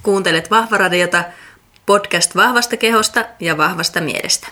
Kuuntelet Vahva-radiota, podcast vahvasta kehosta ja vahvasta mielestä.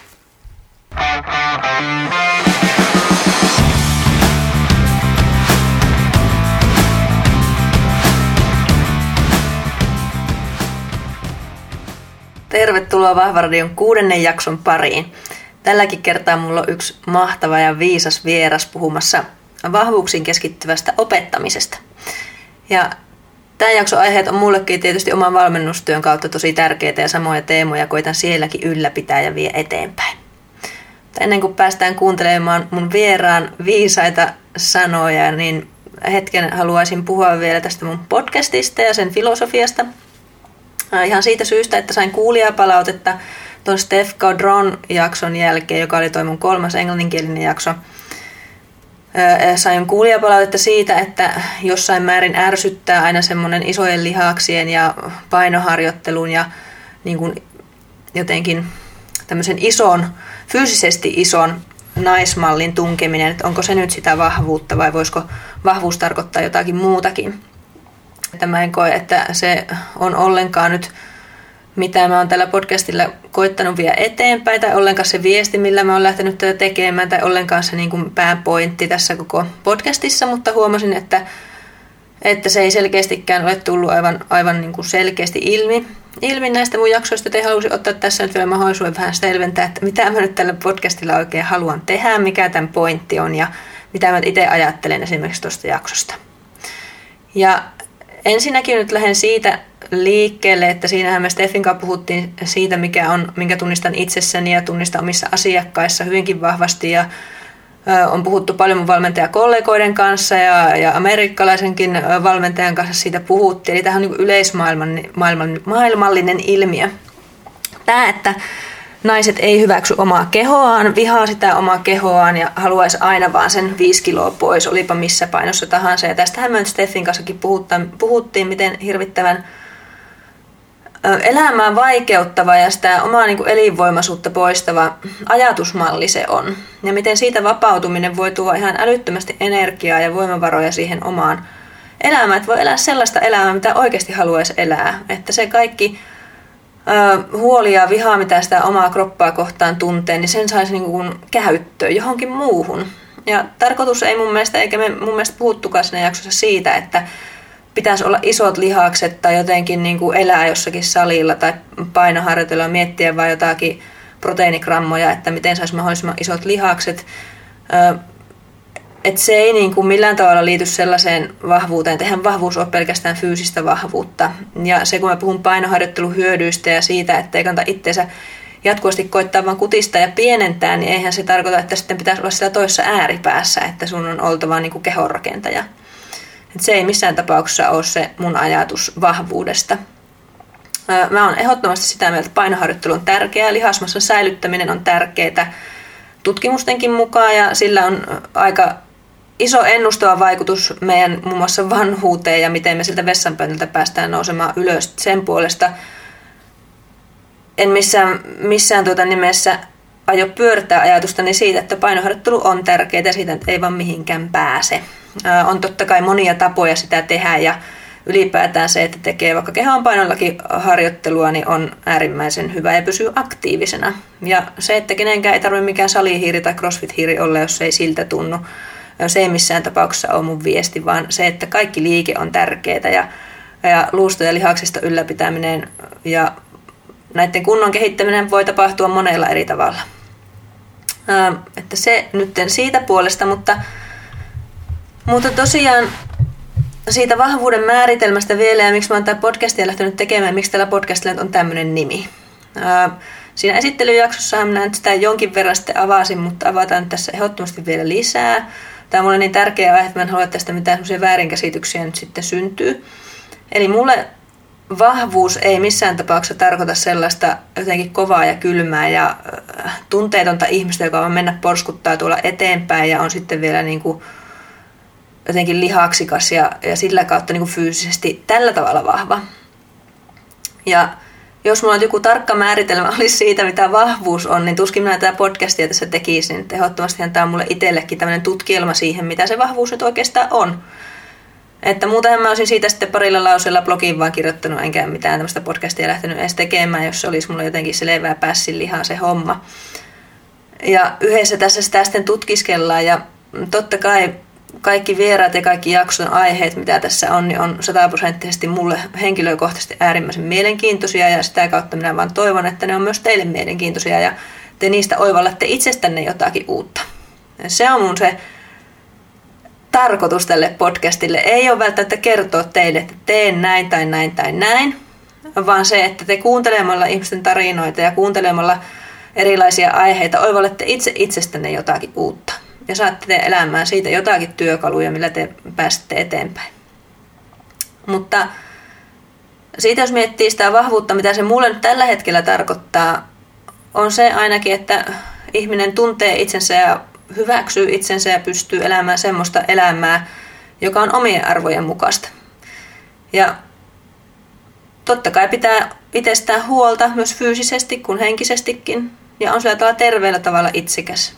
Tervetuloa Vahva-radion 6. jakson pariin. Tälläkin kertaa mulla on yksi mahtava ja viisas vieras puhumassa vahvuuksiin keskittyvästä opettamisesta. Ja tämän jakson aiheet on mullekin tietysti oman valmennustyön kautta tosi tärkeitä ja samoja teemoja koitan sielläkin ylläpitää ja vie eteenpäin. Mutta ennen kuin päästään kuuntelemaan mun vieraan viisaita sanoja, niin hetken haluaisin puhua vielä tästä mun podcastista ja sen filosofiasta. Ihan siitä syystä, että sain kuulijapalautetta tuon Steph Caudron jakson jälkeen, joka oli toi mun 3. englanninkielinen jakso. Sain kuulijapalautetta siitä, että jossain määrin ärsyttää aina semmoinen isojen lihaksien ja painoharjoittelun ja niin kuin jotenkin tämmöisen fyysisesti ison naismallin tunkeminen, että onko se nyt sitä vahvuutta vai voisiko vahvuus tarkoittaa jotakin muutakin. Että mä en koe, että se on ollenkaan nyt mitä mä oon tällä podcastilla koittanut vielä eteenpäin, tai ollenkaan se viesti, millä mä oon lähtenyt tätä tekemään, tai ollenkaan se niin kuin pääpointti tässä koko podcastissa, mutta huomasin, että se ei selkeästikään ole tullut aivan niin kuin selkeästi ilmi näistä mun jaksoista, että halusin ottaa tässä nyt vielä mahdollisuuden vähän selventää, että mitä mä nyt tällä podcastilla oikein haluan tehdä, mikä tämän pointti on, ja mitä mä itse ajattelen esimerkiksi tuosta jaksosta. Ja ensinnäkin nyt lähden siitä liikkeelle, että siinähän me Steffin kanssa puhuttiin siitä, minkä tunnistan itsessäni ja tunnistan omissa asiakkaissa hyvinkin vahvasti. Ja on puhuttu paljon mun valmentajakollegoiden kanssa ja amerikkalaisenkin valmentajan kanssa siitä puhuttiin. Eli tämä on niin yleismaailmallinen ilmiö. Tämä, että naiset ei hyväksy omaa kehoaan, vihaa sitä omaa kehoaan ja haluaisi aina vaan sen 5 kiloa pois, olipa missä painossa tahansa. Ja tästähän me nyt Steffin kanssakin puhuttiin, miten hirvittävän elämää vaikeuttava ja sitä omaa niin kuin elinvoimaisuutta poistava ajatusmalli se on. Ja miten siitä vapautuminen voi tuoda ihan älyttömästi energiaa ja voimavaroja siihen omaan elämään. Että voi elää sellaista elämää, mitä oikeasti haluaisi elää. Että se kaikki huoli ja viha, mitä sitä omaa kroppaa kohtaan tuntee, niin sen saisi niin kuin käyttöön johonkin muuhun. Ja tarkoitus ei mun mielestä, eikä me mun mielestä puhuttukaan siinä jaksossa siitä, että pitäisi olla isot lihakset tai jotenkin niin kuin elää jossakin salilla tai painoharjoitella ja miettiä vain jotakin proteiinigrammoja, että miten saisi mahdollisimman isot lihakset. Että se ei niin kuin millään tavalla liity sellaiseen vahvuuteen. Eihän vahvuus ole pelkästään fyysistä vahvuutta. Ja se, kun mä puhun painoharjoittelun hyödyistä ja siitä, että ei kannata itseensä jatkuvasti koittaa vaan kutistaa ja pienentää, niin eihän se tarkoita, että sitten pitäisi olla sitä toisessa ääripäässä, että sun on oltava niin kuin kehonrakentaja. Et se ei missään tapauksessa ole se mun ajatus vahvuudesta. Mä oon ehdottomasti sitä mieltä, että painoharjoittelu on tärkeää, lihasmassan säilyttäminen on tärkeää tutkimustenkin mukaan ja sillä on aika iso ennustava vaikutus meidän muun muassa vanhuuteen ja miten me siltä vessanpöntöltä päästään nousemaan ylös. Sen puolesta en missään nimessä aio pyörittää ajatustani siitä, että painoharjoittelu on tärkeää ja siitä ei vaan mihinkään pääse. On totta kai monia tapoja sitä tehdä ja ylipäätään se, että tekee vaikka kehonpainollakin harjoittelua, niin on äärimmäisen hyvä ja pysyy aktiivisena. Ja se, että kenenkään ei tarvitse mikään salihiiri tai crossfit-hiiri olla, jos se ei siltä tunnu. Se ei missään tapauksessa ole mun viesti, vaan se, että kaikki liike on tärkeää ja luusto- ja lihaksista ylläpitäminen ja näiden kunnon kehittäminen voi tapahtua monella eri tavalla. Että se nyt siitä puolesta, mutta tosiaan siitä vahvuuden määritelmästä vielä ja miksi mä oon tätä podcastia lähtenyt tekemään, miksi tällä podcastilla on tämmöinen nimi. Siinä esittelyjaksossahan minä nyt sitä jonkin verran sitten avasin, mutta avataan tässä ehdottomasti vielä lisää. Tämä on mulle niin tärkeä aihe, että mä en halua tästä mitään semmoisia väärinkäsityksiä nyt sitten syntyy. Eli mulle vahvuus ei missään tapauksessa tarkoita sellaista jotenkin kovaa ja kylmää ja tunteetonta ihmistä, joka on mennä porskuttaa tuolla eteenpäin ja on sitten vielä niin kuin jotenkin lihaksikas ja sillä kautta niin kuin fyysisesti tällä tavalla vahva. Ja jos mulla on joku tarkka määritelmä olisi siitä, mitä vahvuus on, niin tuskin minä tätä podcastia tässä tekisin. Että ehdottomastihan tämä on mulle itsellekin tämmöinen tutkielma siihen, mitä se vahvuus nyt oikeastaan on. Että muutenhan mä olisin siitä sitten parilla lauseella blogiin vaan kirjoittanut, enkä mitään tämmöistä podcastia lähtenyt edes tekemään, jos olisi mulla jotenkin selvää pässin lihaa se homma. Ja yhdessä tässä sitä sitten tutkiskellaan ja totta kai kaikki vieraat ja kaikki jakson aiheet, mitä tässä on, niin on 100% mulle henkilökohtaisesti äärimmäisen mielenkiintoisia ja sitä kautta minä vaan toivon, että ne on myös teille mielenkiintoisia ja te niistä oivallatte itsestänne jotakin uutta. Ja se on mun se tarkoitus tälle podcastille. Ei ole välttämättä kertoa teille, että teen näin tai näin tai näin, vaan se, että te kuuntelemalla ihmisten tarinoita ja kuuntelemalla erilaisia aiheita oivallatte itse itsestänne jotakin uutta. Ja saatte te elämään siitä jotakin työkaluja, millä te pääsette eteenpäin. Mutta siitä jos miettii sitä vahvuutta, mitä se mulle nyt tällä hetkellä tarkoittaa, on se ainakin, että ihminen tuntee itsensä ja hyväksyy itsensä ja pystyy elämään semmoista elämää, joka on omien arvojen mukaista. Ja totta kai pitää itsestään huolta myös fyysisesti kuin henkisestikin ja on sillä tavalla terveellä tavalla itsekäs.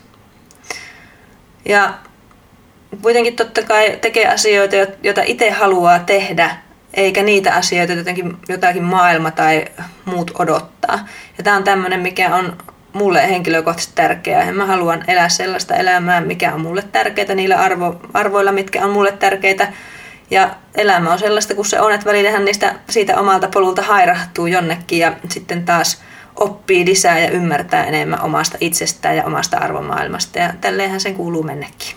Ja kuitenkin totta kai tekee asioita, joita itse haluaa tehdä, eikä niitä asioita, jotakin maailma tai muut odottaa. Ja tämä on tämmöinen, mikä on mulle henkilökohtaisesti tärkeää. Ja mä haluan elää sellaista elämää, mikä on mulle tärkeää, niillä arvoilla, mitkä on mulle tärkeitä. Ja elämä on sellaista, kun se on, että välillähän siitä omalta polulta hairahtuu jonnekin ja sitten taas oppii lisää ja ymmärtää enemmän omasta itsestään ja omasta arvomaailmasta. Ja tälleenhän sen kuuluu mennäkin.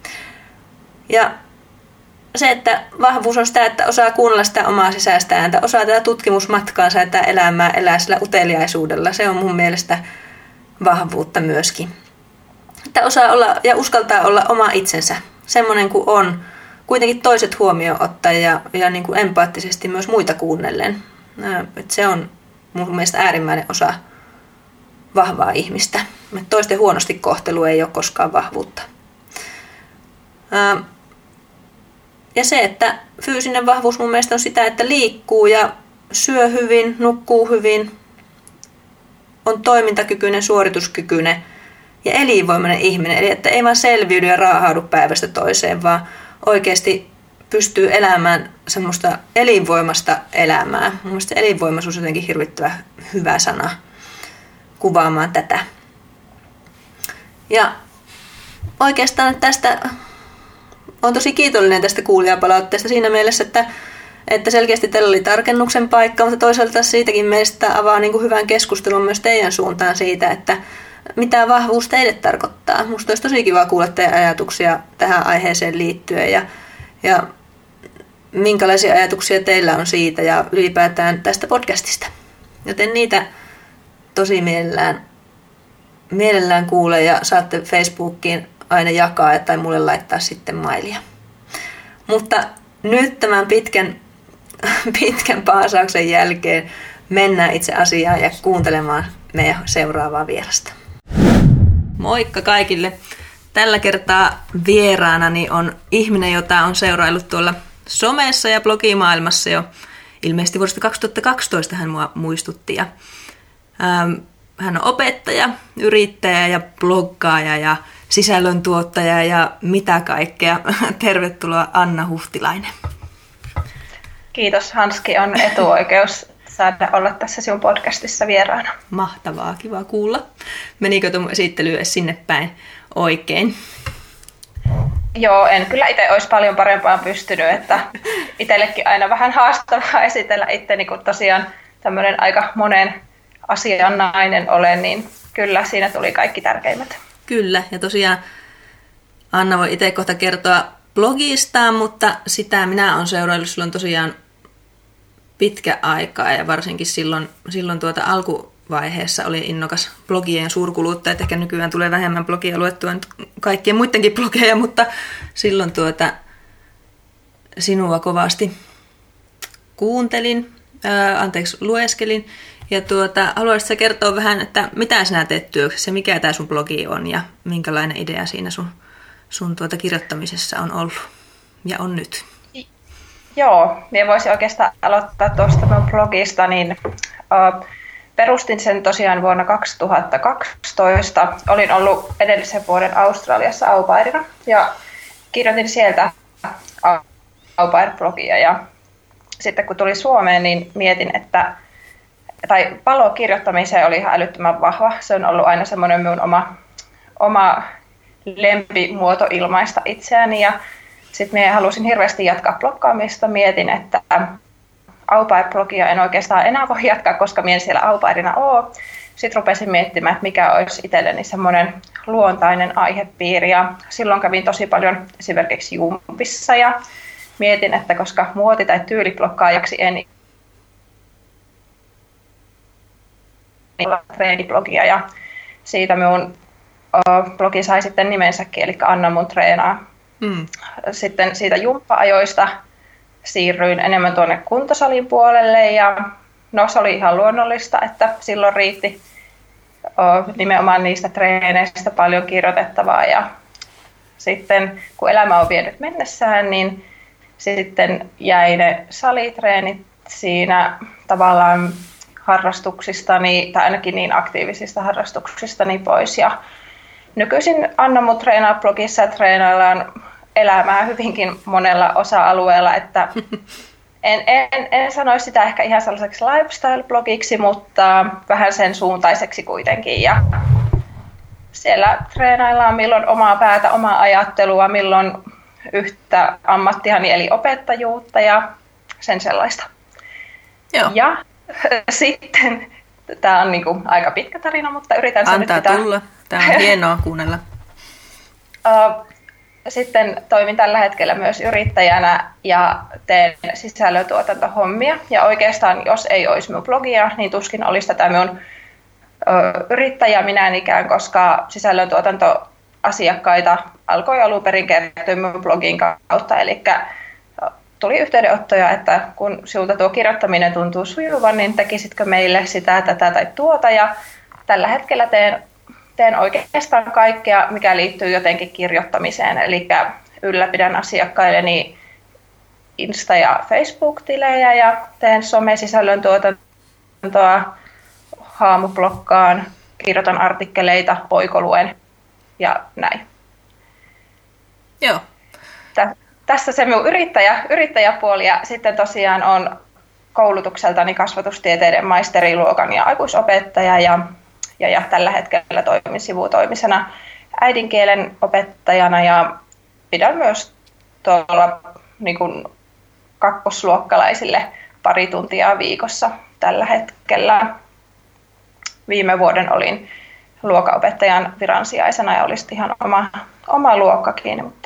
Ja se, että vahvuus on sitä, että osaa kuunnella sitä omaa sisäistä ääntä, osaa tätä tutkimusmatkaansa ja tätä elämää elää sillä uteliaisuudella. Se on mun mielestä vahvuutta myöskin. Että osaa olla ja uskaltaa olla oma itsensä, semmoinen kuin on, kuitenkin toiset huomioon ottaa ja niin kuin empaattisesti myös muita kuunnellen. Että se on mun mielestä äärimmäinen osa vahvaa ihmistä. Toisten huonosti kohtelu ei ole koskaan vahvuutta. Ja se, että fyysinen vahvuus mun mielestä on sitä, että liikkuu ja syö hyvin, nukkuu hyvin, on toimintakykyinen, suorituskykyinen ja elinvoimainen ihminen. Eli että ei vaan selviydy ja raahaudu päivästä toiseen, vaan oikeasti pystyy elämään semmoista elinvoimasta elämää. Mun mielestä elinvoimaisuus on jotenkin hirvittävän hyvä sana kuvaamaan tätä. Ja oikeastaan tästä olen tosi kiitollinen tästä kuulijapalautteesta siinä mielessä, että selkeästi teillä oli tarkennuksen paikka, mutta toisaalta siitäkin meistä avaa niin kuin hyvän keskustelun myös teidän suuntaan siitä, että mitä vahvuus teille tarkoittaa. Musta olisi tosi kiva kuulla teidän ajatuksia tähän aiheeseen liittyen ja minkälaisia ajatuksia teillä on siitä ja ylipäätään tästä podcastista. Joten niitä tosi mielellään kuulee ja saatte Facebookiin aina jakaa tai mulle laittaa sitten mailia. Mutta nyt tämän pitkän paasauksen jälkeen mennään itse asiaan ja kuuntelemaan meidän seuraavaa vierasta. Moikka kaikille! Tällä kertaa vieraanani on ihminen, jota on seuraillut tuolla somessa ja blogimaailmassa jo ilmeisesti vuodesta 2012 hän mua muistutti. Hän on opettaja, yrittäjä ja bloggaaja ja sisällöntuottaja ja mitä kaikkea. Tervetuloa Anna Huhtilainen. Kiitos Hanski, on etuoikeus saada olla tässä sinun podcastissa vieraana. Mahtavaa, kiva kuulla. Menikö tuon esittely edes sinne päin oikein? Joo, en kyllä itse olisi paljon parempaan pystynyt, että itsellekin aina vähän haastavaa esitellä itteni, kun tosiaan tämmöinen aika monen asian nainen olen, niin kyllä siinä tuli kaikki tärkeimmät. Kyllä, ja tosiaan Anna voi itse kohta kertoa blogistaan, mutta sitä minä olen seuraillut silloin tosiaan pitkä aikaa ja varsinkin silloin alkuvaiheessa oli innokas blogien suurkuluttaja, että ehkä nykyään tulee vähemmän blogia luettua nyt kaikkien muidenkin blogeja, mutta silloin sinua kovasti lueskelin. Ja haluaisitko kertoa vähän, että mitä sinä teet työksessä, mikä tämä sun blogi on ja minkälainen idea siinä sun kirjoittamisessa on ollut ja on nyt? Joo, minä voisin oikeastaan aloittaa tuosta minun blogista, niin perustin sen tosiaan vuonna 2012. Olin ollut edellisen vuoden Australiassa au pairina ja kirjoitin sieltä au pair-blogia ja sitten kun tuli Suomeen, niin mietin, että palo kirjoittamiseen oli ihan älyttömän vahva. Se on ollut aina semmoinen minun oma lempimuoto ilmaista itseäni ja sitten minä halusin hirveästi jatkaa bloggaamista. Mietin, että au pair-blogia en oikeastaan enää voi jatkaa, koska minä en siellä au pairina ole. Sitten rupesin miettimään, että mikä olisi itselleni semmoinen luontainen aihepiiri. Ja silloin kävin tosi paljon esimerkiksi Jumpissa ja mietin, että koska muoti- tai tyylibloggaajaksi en treeniblogia ja siitä minun blogi sai sitten nimensäkin, eli Anna mun treenaa. Sitten siitä jumppa-ajoista siirryin enemmän tuonne kuntosalin puolelle ja no se oli ihan luonnollista, että silloin riitti nimenomaan niistä treeneistä paljon kirjoitettavaa ja sitten kun elämä on vienyt mennessään, niin sitten jäi ne salitreenit siinä tavallaan harrastuksistani, tai ainakin niin aktiivisista harrastuksistani pois. Ja nykyisin Anna mun treenaa blogissa treenaillaan elämää hyvinkin monella osa-alueella, että en sanoisi sitä ehkä ihan sellaiseksi lifestyle-blogiksi, mutta vähän sen suuntaiseksi kuitenkin. Ja siellä treenaillaan milloin omaa päätä, omaa ajattelua, milloin yhtä ammattiani eli opettajuutta ja sen sellaista. Joo. Ja sitten, tämä on niinku aika pitkä tarina, mutta yritän sen antaa nyt pitää. Tulla. Tämä on hienoa kuunnella. Sitten toimin tällä hetkellä myös yrittäjänä ja teen sisällöntuotantohommia. Ja oikeastaan, jos ei olisi minun blogia, niin tuskin olisi tätä minun yrittäjä minä ikään, koska sisällöntuotantoasiakkaita alkoi alun perin kertyä minun blogin kautta. Eli tuli yhteydenottoja, että kun sinulta tuo kirjoittaminen tuntuu sujuvan, niin tekisitkö meille sitä, tätä tai tuota. Ja tällä hetkellä teen oikeastaan kaikkea, mikä liittyy jotenkin kirjoittamiseen. Eli ylläpidän asiakkailleni Insta- ja Facebook-tilejä ja teen somesisällön tuotantoa, haamublokkaan, kirjoitan artikkeleita, poikoluen ja näin. Joo. Tässä se minun yrittäjäpuoli ja sitten tosiaan on koulutukseltani kasvatustieteiden maisteriluokan ja aikuisopettaja ja tällä hetkellä toimin sivutoimisena äidinkielen opettajana ja pidän myös tuolla niin kuin kakkosluokkalaisille pari tuntia viikossa tällä hetkellä. Viime vuoden olin luokanopettajan viransijaisena ja olisi ihan oma luokkakin, mutta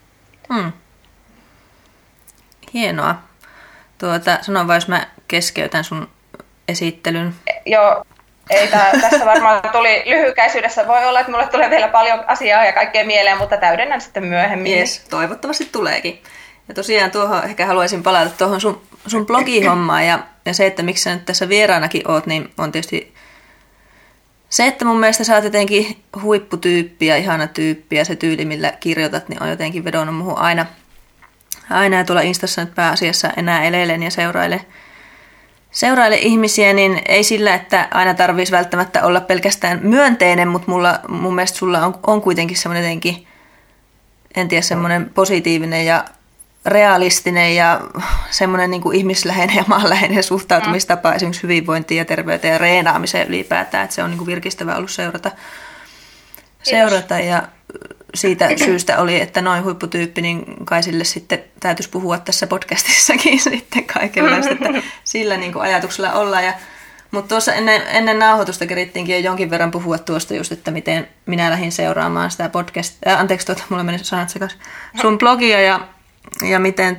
hienoa. Sano vaan, jos mä keskeytän sun esittelyn. Joo, ei tässä varmaan tuli lyhykäisyydessä. Voi olla, että mulle tulee vielä paljon asiaa ja kaikkea mieleen, mutta täydennän sitten myöhemmin. Yes, toivottavasti tuleekin. Ja tosiaan tuohon ehkä haluaisin palata tuohon sun blogihommaan ja se, että miksi sä nyt tässä vieraanakin oot, niin on tietysti se, että mun mielestä sä oot jotenkin huipputyyppi ja ihana tyyppi ja se tyyli, millä kirjoitat, niin on jotenkin vedonnut muhun aina ja tuolla Instassa nyt pääasiassa enää eleilen ja seuraile ihmisiä, niin ei sillä, että aina tarvitsisi välttämättä olla pelkästään myönteinen, mutta mun mielestä sulla on kuitenkin semmoinen jotenkin, en tiedä, semmoinen positiivinen ja realistinen ja semmoinen niin kuin ihmisläheinen ja maanläheinen suhtautumistapa esimerkiksi hyvinvointiin ja terveyteen ja reenaamiseen ylipäätään, että se on niin kuin virkistävää ollut seurata ja siitä syystä oli, että noin huipputyyppi, niin kai sille sitten täytyisi puhua tässä podcastissakin sitten kaikenlaista, että sillä niin kuin ajatuksella ollaan. Mutta tuossa ennen nauhoitusta kerittiinkin jo jonkin verran puhua tuosta just, että miten minä lähdin seuraamaan sitä mulla meni sanat sekaisin, sun blogia ja miten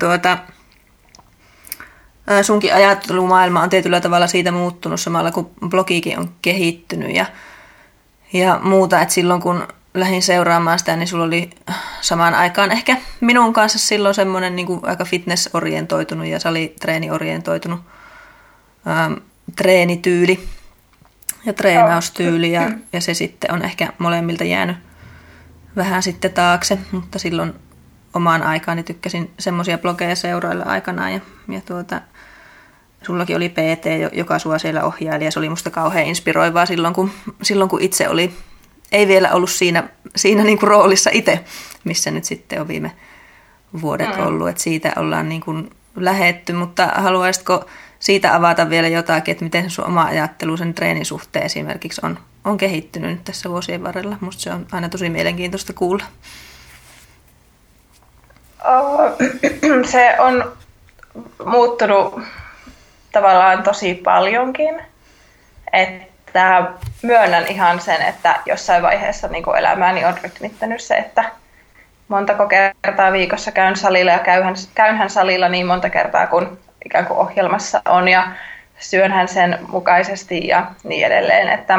sunkin ajattelumaailma on tietyllä tavalla siitä muuttunut samalla, kun blogikin on kehittynyt ja muuta, että silloin kun lähdin seuraamaan sitä, niin sulla oli samaan aikaan ehkä minun kanssa silloin semmoinen niin kuin aika fitness-orientoitunut ja salitreeni-orientoitunut treenityyli ja treenaustyyli ja se sitten on ehkä molemmilta jäänyt vähän sitten taakse, mutta silloin omaan aikaan tykkäsin semmoisia blogeja seurailla aikanaan ja sullakin oli PT, joka sua siellä ohjaili ja se oli musta kauhean inspiroivaa silloin kun itse ei vielä ollut siinä niin kuin roolissa itse, missä nyt sitten on vuodet ollut, että siitä ollaan niin kuin lähetty, mutta haluaisitko siitä avata vielä jotakin, että miten sun oma ajattelu sen treenin suhteen esimerkiksi on kehittynyt nyt tässä vuosien varrella? Musta se on aina tosi mielenkiintoista kuulla. Se on muuttunut tavallaan tosi paljonkin, että myönnän ihan sen, että jossain vaiheessa niin kuin elämääni on rytmittänyt se, että montako kertaa viikossa käyn salilla ja käynhän salilla niin monta kertaa kuin ikään kuin ohjelmassa on ja syönhän sen mukaisesti ja niin edelleen, että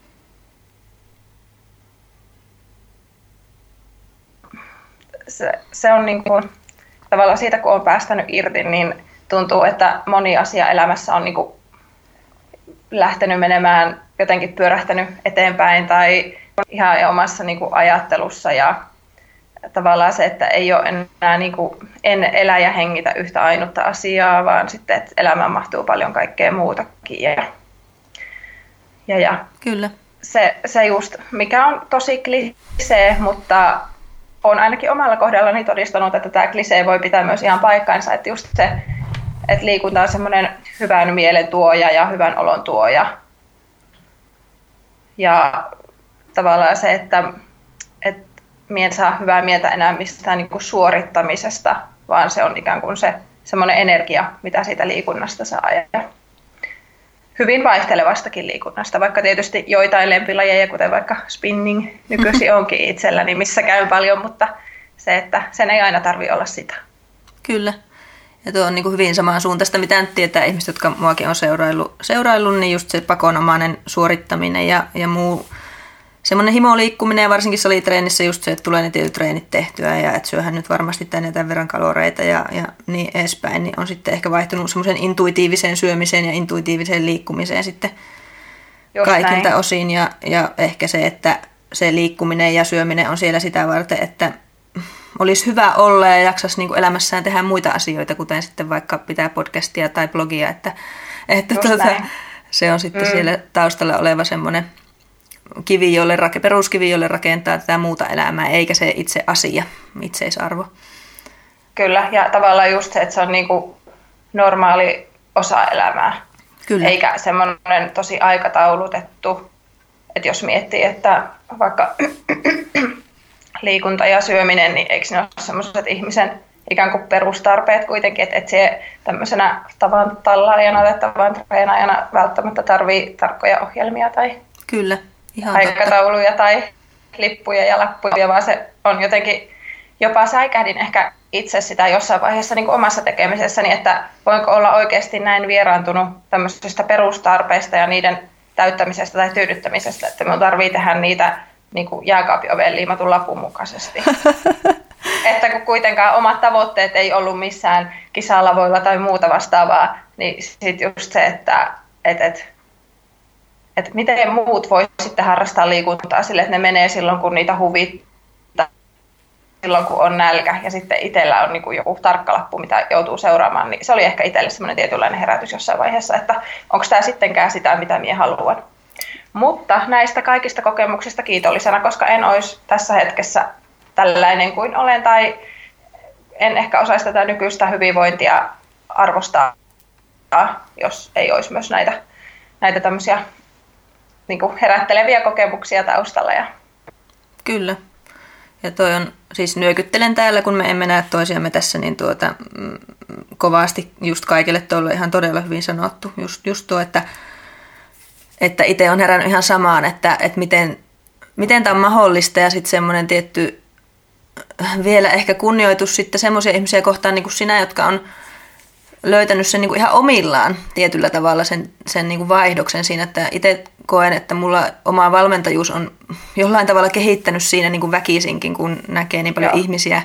se on niin kuin, tavallaan siitä kun on päästänyt irti, niin tuntuu, että moni asia elämässä on niin kuin lähtenyt menemään, jotenkin pyörähtänyt eteenpäin tai ihan omassa niin kuin ajattelussa ja tavallaan se, että ei ole enää niin kuin, en elä ja hengitä yhtä ainutta asiaa, vaan sitten, että elämään mahtuu paljon kaikkea muutakin. Ja. Kyllä. Se just, mikä on tosi klisee, mutta olen ainakin omalla kohdallani todistanut, että tämä klisee voi pitää myös ihan paikkansa, että just se, että liikunta on semmoinen hyvän mielen tuoja ja hyvän olon tuoja. Ja tavallaan se, että minä en saa hyvää mieltä enää mistään niin kuin suorittamisesta, vaan se on ikään kuin se semmoinen energia, mitä siitä liikunnasta saa. Ja hyvin vaihtelevastakin liikunnasta, vaikka tietysti joitain lempilajeja, kuten vaikka spinning nykyisin onkin itselläni, missä käyn paljon, mutta se, että sen ei aina tarvitse olla sitä. Kyllä. Ja tuo on niin kuin hyvin samansuuntaista, mitä nyt tietää ihmiset, jotka muakin on seuraillut, niin just se pakonomainen suorittaminen ja muu semmoinen himoliikkuminen ja varsinkin salitreenissä just se, että tulee ne tietyt treenit tehtyä ja että syöhän nyt varmasti tämän verran kaloreita ja niin edespäin, niin on sitten ehkä vaihtunut semmoisen intuitiiviseen syömiseen ja intuitiiviseen liikkumiseen sitten just kaikilta näin osin ja ehkä se, että se liikkuminen ja syöminen on siellä sitä varten, että olisi hyvä olla ja jaksaisi niin kuin elämässään tehdä muita asioita, kuten sitten vaikka pitää podcastia tai blogia, että se on sitten siellä taustalla oleva semmoinen peruskivi, jolle rakentaa tätä muuta elämää, eikä se itse asia, itseisarvo. Kyllä, ja tavallaan just se, että se on niin kuin normaali osa elämää. Kyllä. Eikä semmoinen tosi aikataulutettu, että jos miettii, että vaikka liikunta ja syöminen, niin eikö ne ole semmoiset ihmisen ikään kuin perustarpeet kuitenkin, että se tämmöisenä tavan tallaajana tai tavan treenaajana välttämättä tarvii tarkkoja ohjelmia tai kyllä, ihan aikatauluja totta. Tai lippuja ja lappuja, vaan se on jotenkin, jopa säikähdin ehkä itse sitä jossain vaiheessa niin kuin omassa tekemisessäni, että voinko olla oikeasti näin vieraantunut tämmöisistä perustarpeista ja niiden täyttämisestä tai tyydyttämisestä, että minun tarvii tehdä niitä niin kuin jääkaapin oveen liimatun lapun mukaisesti. Että kun kuitenkaan omat tavoitteet ei ollut missään kisalavoilla tai muuta vastaavaa, niin sitten just se, että miten muut voi sitten harrastaa liikuntaa sille, että ne menee silloin, kun niitä huvittaa, silloin kun on nälkä ja sitten itsellä on niin kuin joku tarkka lappu, mitä joutuu seuraamaan, niin se oli ehkä itselle semmoinen tietynlainen herätys jossain vaiheessa, että onko tämä sittenkään sitä, mitä minä haluan. Mutta näistä kaikista kokemuksista kiitollisena, koska en olisi tässä hetkessä tällainen kuin olen, tai en ehkä osaisi tätä nykyistä hyvinvointia arvostaa, jos ei olisi myös näitä tämmöisiä niin kuin herätteleviä kokemuksia taustalla. Kyllä. Ja toi on, siis nyökyttelen täällä, kun me emme näe toisiamme tässä, niin kovasti just kaikille toi on ihan todella hyvin sanottu. Just tuo, että itse on herännyt ihan samaan, että miten tämä on mahdollista ja sitten semmoinen tietty vielä ehkä kunnioitus sitten semmoisia ihmisiä kohtaan niin kuin sinä, jotka on löytänyt sen niin kuin ihan omillaan tietyllä tavalla sen niin kuin vaihdoksen siinä, että itse koen, että mulla oma valmentajuus on jollain tavalla kehittänyt siinä niin kuin väkisinkin, kun näkee niin paljon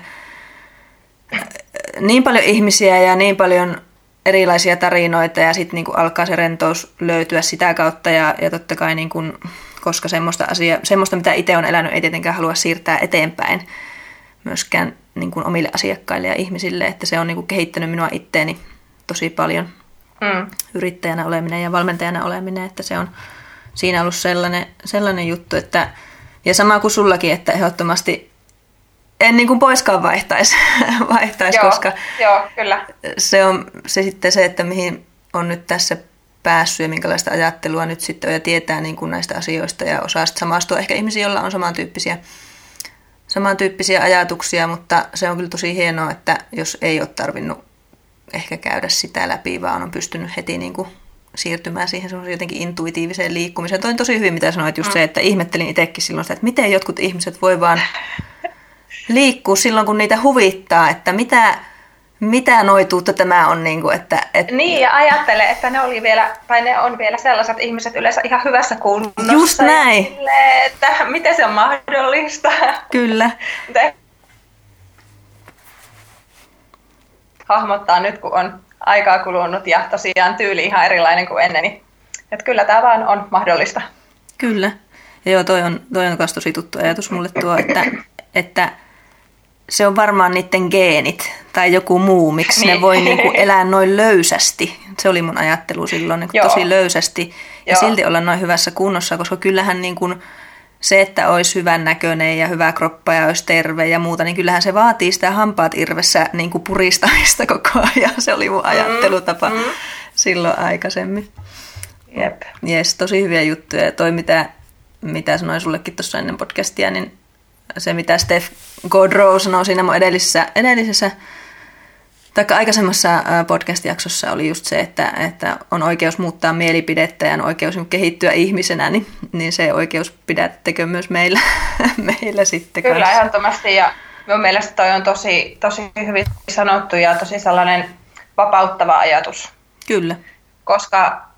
ihmisiä ja niin paljon erilaisia tarinoita ja sitten niin alkaa se rentous löytyä sitä kautta ja totta kai niin kuin, koska semmoista mitä itse on elänyt ei tietenkään halua siirtää eteenpäin myöskään niin kuin omille asiakkaille ja ihmisille, että se on niin kuin kehittänyt minua itteeni tosi paljon yrittäjänä oleminen ja valmentajana oleminen, että se on siinä ollut sellainen juttu, että ja sama kuin sullakin, että ehdottomasti en niin kuin poiskaan vaihtaisi Joo, koska joo, kyllä. se on se sitten se, että mihin on nyt tässä päässyt ja minkälaista ajattelua nyt sitten on ja tietää niin kuin näistä asioista ja osaa sitten samastua ehkä ihmisiä, joilla on samantyyppisiä ajatuksia, mutta se on kyllä tosi hienoa, että jos ei ole tarvinnut ehkä käydä sitä läpi, vaan on pystynyt heti niin kuin siirtymään siihen semmoisen jotenkin intuitiiviseen liikkumiseen. Toi on tosi hyvin, mitä sanoit, just se, että ihmettelin itsekin silloin sitä, että miten jotkut ihmiset voi vaan liikkua silloin, kun niitä huvittaa, että mitä noituutta tämä on. Niin, kuin, että niin, ja ajattele, että ne on vielä sellaiset ihmiset yleensä ihan hyvässä kunnossa. Just näin. Silleen, että miten se on mahdollista. Kyllä. Hahmottaa nyt, kun on aikaa kulunut ja tosiaan tyyli ihan erilainen kuin ennen, niin että kyllä tämä vaan on mahdollista. Kyllä. Ja joo, toi on myös tosi tuttu ajatus mulle tuo, että se on varmaan niiden geenit tai joku muu, miksi niin. Ne voi niinku elää noin löysästi. Se oli mun ajattelu silloin, niin tosi löysästi ja silti olla noin hyvässä kunnossa, koska kyllähän niin kuin se, että olisi hyvän näköinen ja hyvä kroppa ja olisi terve ja muuta, niin kyllähän se vaatii sitä hampaat irvessä niin kuin puristamista koko ajan. Se oli mun ajattelutapa silloin aikaisemmin. Jep. Jes, tosi hyviä juttuja. Ja toi, mitä sanoin sullekin tuossa ennen podcastia, niin se, mitä Steph Godrow sanoi siinä mun edellisessä tai aikaisemmassa podcast-jaksossa oli just se, että on oikeus muuttaa mielipidettä ja on oikeus kehittyä ihmisenä, niin se oikeus pidättekö myös meillä sitten Kyllä, kanssa. Ehdottomasti. Ja mun mielestä toi on tosi hyvin sanottu ja tosi sellainen vapauttava ajatus. Kyllä. Koska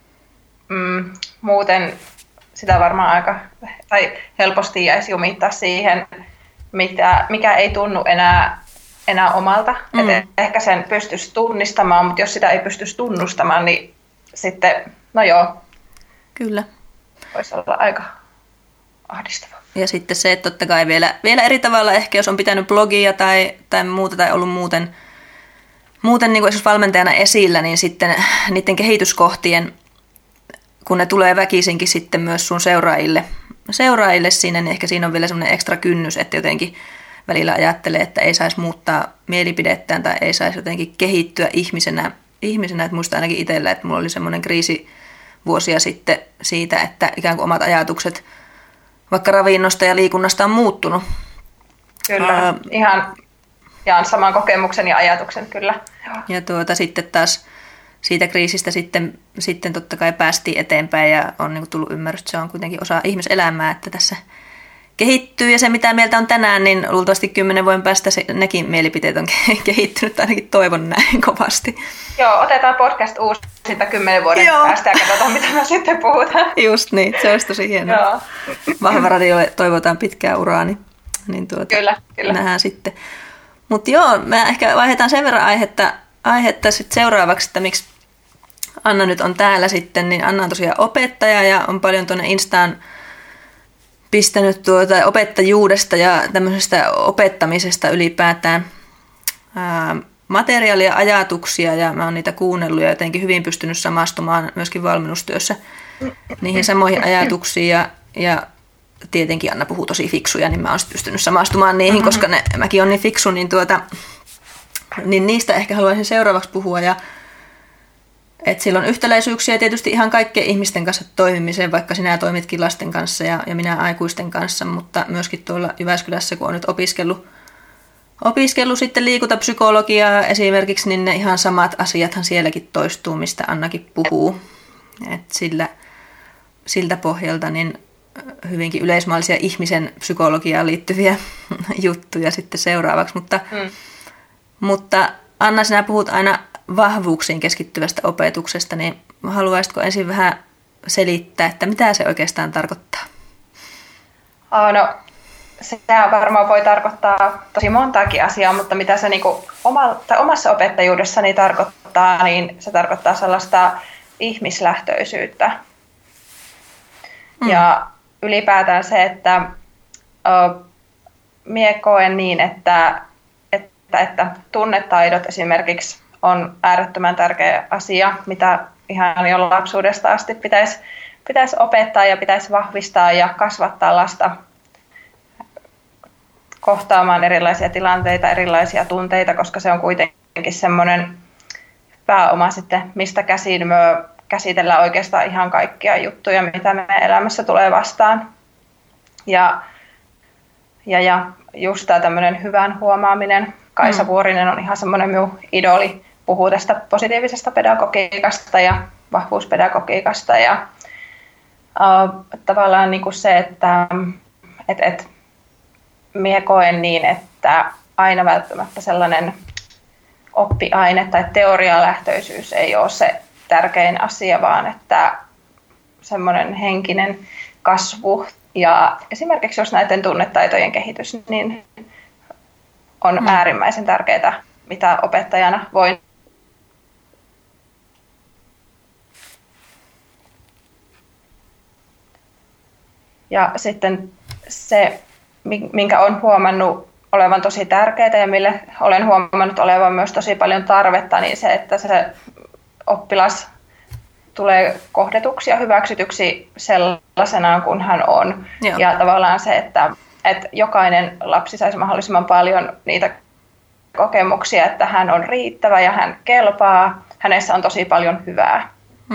muuten sitä varmaan helposti jäisi jumittaa siihen, mikä ei tunnu enää omalta. Että ehkä sen pystyisi tunnistamaan, mutta jos sitä ei pystyisi tunnustamaan, niin sitten, no joo. Kyllä. Voisi olla aika ahdistavaa. Ja sitten se, että totta kai vielä eri tavalla ehkä, jos on pitänyt blogia tai muuta tai ollut muuten niin kuin esimerkiksi valmentajana esillä, niin sitten niiden kehityskohtien, kun ne tulee väkisinkin sitten myös sun seuraajille siinä, niin ehkä siinä on vielä semmoinen ekstra kynnys, että jotenkin välillä ajattelee, että ei saisi muuttaa mielipidettään tai ei saisi jotenkin kehittyä ihmisenä. Että muista ainakin itsellä, että mulla oli semmoinen kriisi vuosia sitten siitä, että ikään kuin omat ajatukset vaikka ravinnosta ja liikunnasta on muuttunut. Kyllä, ihan jaan saman kokemuksen ja ajatuksen kyllä. Ja sitten taas siitä kriisistä sitten totta kai päästiin eteenpäin ja on niin kuin tullut ymmärrys, että se on kuitenkin osa ihmiselämää, että tässä kehittyy ja se mitä mieltä on tänään, niin luultavasti 10 vuoden päästä nekin mielipiteet on kehittynyt, ainakin toivon näin kovasti. Joo, otetaan podcast uusi siitä 10 vuoden päästä ja katsotaan mitä me sitten puhutaan. Just niin, se olisi tosi hienoa. Vahva radiolle toivotaan pitkää uraa, niin kyllä. Nähdään sitten. Mutta joo, me ehkä vaihdetaan sen verran aihetta sitten seuraavaksi, että miksi Anna nyt on täällä sitten, niin Anna on tosiaan opettaja ja on paljon tuonne Instaan pistänyt opettajuudesta ja tämmöisestä opettamisesta ylipäätään materiaalia, ajatuksia ja mä oon niitä kuunnellut ja jotenkin hyvin pystynyt samastumaan myöskin valmennustyössä niihin samoihin ajatuksiin ja tietenkin Anna puhuu tosi fiksuja, niin mä oon pystynyt samastumaan niihin, koska mäkin on niin fiksu, niin niistä ehkä haluaisin seuraavaksi puhua ja että sillä on yhtäläisyyksiä tietysti ihan kaikkien ihmisten kanssa toimimiseen, vaikka sinä toimitkin lasten kanssa ja minä aikuisten kanssa, mutta myöskin tuolla Jyväskylässä, kun on nyt opiskellut sitten liikuntapsykologiaa esimerkiksi, niin ne ihan samat asiathan sielläkin toistuu, mistä Annakin puhuu. Et siltä pohjalta niin hyvinkin yleismallisia ihmisen psykologiaan liittyviä juttuja sitten seuraavaksi, mutta Anna, sinä puhut aina vahvuuksiin keskittyvästä opetuksesta, niin haluaisitko ensin vähän selittää, että mitä se oikeastaan tarkoittaa? No, se varmaan voi tarkoittaa tosi montaakin asiaa, mutta mitä se niinku omassa opettajuudessani tarkoittaa, niin se tarkoittaa sellaista ihmislähtöisyyttä. Ja ylipäätään se, että mie koen niin, että tunnetaidot esimerkiksi on äärettömän tärkeä asia, mitä ihan jo lapsuudesta asti pitäisi opettaa ja pitäisi vahvistaa ja kasvattaa lasta kohtaamaan erilaisia tilanteita, erilaisia tunteita, koska se on kuitenkin semmoinen pääoma sitten, mistä käsin me käsitellään oikeastaan ihan kaikkia juttuja, mitä meidän elämässä tulee vastaan. Ja just tämä tämmöinen hyvän huomaaminen. Kaisa Vuorinen on ihan semmoinen minun idoli, puhuu tästä positiivisesta pedagogiikasta ja vahvuuspedagogiikasta. Ja tavallaan niin kuin se, että minä koen niin, että aina välttämättä sellainen oppiaine tai teorialähtöisyys ei ole se tärkein asia, vaan että semmoinen henkinen kasvu ja esimerkiksi jos näiden tunnetaitojen kehitys, niin on äärimmäisen tärkeää, mitä opettajana voin. Ja sitten se, minkä olen huomannut olevan tosi tärkeää ja mille olen huomannut olevan myös tosi paljon tarvetta, niin se, että se oppilas tulee kohdetuksi ja hyväksytyksi sellaisenaan kuin hän on. Joo. Ja tavallaan se, että jokainen lapsi saisi mahdollisimman paljon niitä kokemuksia, että hän on riittävä ja hän kelpaa. Hänessä on tosi paljon hyvää.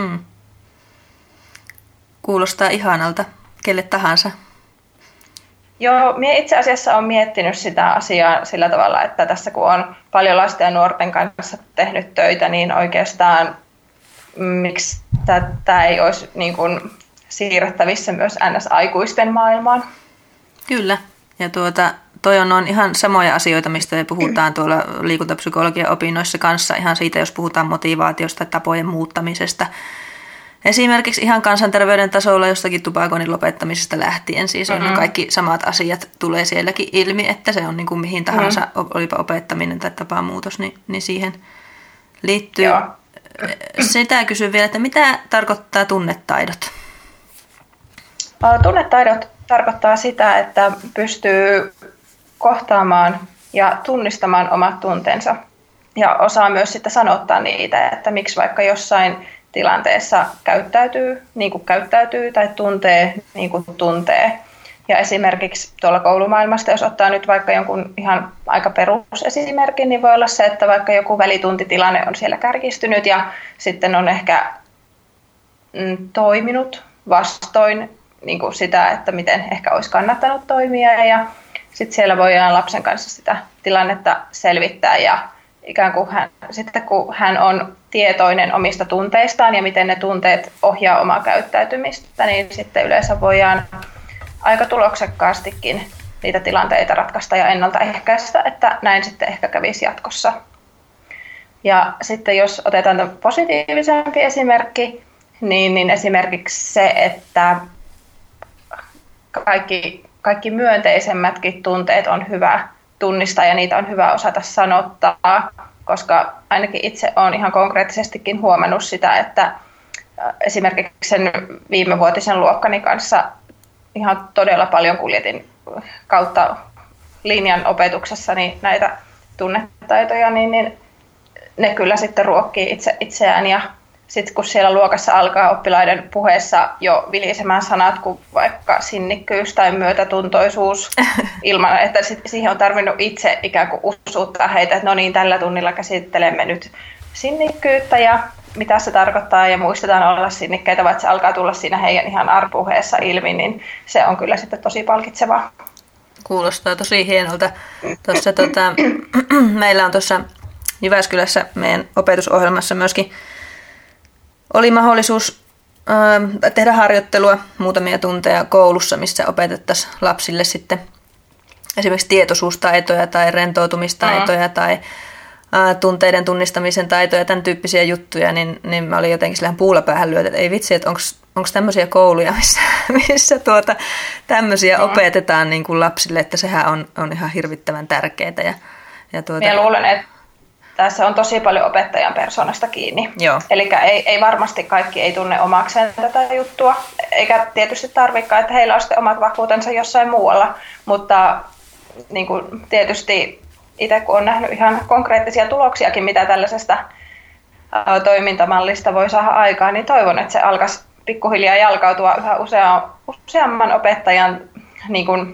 Kuulostaa ihanalta kelle tahansa. Joo, minä itse asiassa olen miettinyt sitä asiaa sillä tavalla, että tässä kun olen paljon lasten ja nuorten kanssa tehnyt töitä, niin oikeastaan miksi tämä ei olisi niin kuin siirrettävissä myös NS-aikuisten maailmaan. Kyllä, ja toi on ihan samoja asioita, mistä me puhutaan tuolla liikuntapsykologian opinnoissa kanssa, ihan siitä, jos puhutaan motivaatiosta, tapojen muuttamisesta. Esimerkiksi ihan kansanterveyden tasolla jostakin tupakoinnin lopettamisesta lähtien, siis on kaikki samat asiat tulee sielläkin ilmi, että se on niin kuin mihin tahansa, olipa opettaminen tai tapamuutos, niin siihen liittyy. Joo. Sitä kysyn vielä, että mitä tarkoittaa tunnetaidot? Tunnetaidot tarkoittaa sitä, että pystyy kohtaamaan ja tunnistamaan omat tunteensa ja osaa myös sitten sanottaa niitä, että miksi vaikka jossain tilanteessa käyttäytyy niin kuin käyttäytyy tai tuntee niin kuin tuntee. Ja esimerkiksi tuolla koulumaailmasta, jos ottaa nyt vaikka jonkun ihan aika perusesimerkin, niin voi olla se, että vaikka joku välituntitilanne on siellä kärjistynyt ja sitten on ehkä toiminut vastoin niin kuin sitä, että miten ehkä olisi kannattanut toimia. Ja sitten siellä voidaan lapsen kanssa sitä tilannetta selvittää ja ikään kuin sitten kun hän on tietoinen omista tunteistaan ja miten ne tunteet ohjaa omaa käyttäytymistä, niin sitten yleensä voidaan aika tuloksekkaastikin niitä tilanteita ratkaista ja ennaltaehkäistä, että näin sitten ehkä kävisi jatkossa. Ja sitten jos otetaan positiivisempi esimerkki, niin esimerkiksi se, että kaikki myönteisemmätkin tunteet on hyvä tunnistaa ja niitä on hyvä osata sanottaa, koska ainakin itse olen ihan konkreettisestikin huomannut sitä, että esimerkiksi sen viimevuotisen luokkani kanssa ihan todella paljon kuljetin kautta linjan opetuksessani näitä tunnetaitoja, niin ne kyllä sitten ruokkii itseään ja sitten kun siellä luokassa alkaa oppilaiden puheessa jo vilisemään sanat kuin vaikka sinnikkyys tai myötätuntoisuus ilman, että siihen on tarvinnut itse ikään kuin usuttaa heitä, että no niin, tällä tunnilla käsittelemme nyt sinnikkyyttä ja mitä se tarkoittaa ja muistetaan olla sinnikkeitä, vaikka se alkaa tulla siinä heidän ihan arpuheessa ilmi, niin se on kyllä sitten tosi palkitsevaa. Kuulostaa tosi hienolta. Tuossa, meillä on tuossa Jyväskylässä meidän opetusohjelmassa myöskin oli mahdollisuus tehdä harjoittelua muutamia tunteja koulussa, missä opetettaisiin lapsille sitten esimerkiksi tietoisuustaitoja tai rentoutumistaitoja tai tunteiden tunnistamisen taitoja, tämän tyyppisiä juttuja, niin mä olin jotenkin sillähän puulla päähän lyöty, että ei vitsi, että onko tämmöisiä kouluja, missä tämmöisiä opetetaan niin kuin lapsille, että sehän on ihan hirvittävän tärkeää. Minä luulen, että tässä on tosi paljon opettajan persoonasta kiinni. Eli ei varmasti kaikki ei tunne omakseen tätä juttua, eikä tietysti tarvitsekaan, että heillä on sitten omat vahvuutensa jossain muualla, mutta niin kuin tietysti itse kun olen nähnyt ihan konkreettisia tuloksiakin, mitä tällaisesta toimintamallista voi saada aikaan, niin toivon, että se alkaisi pikkuhiljaa jalkautua yhä useamman opettajan niin kuin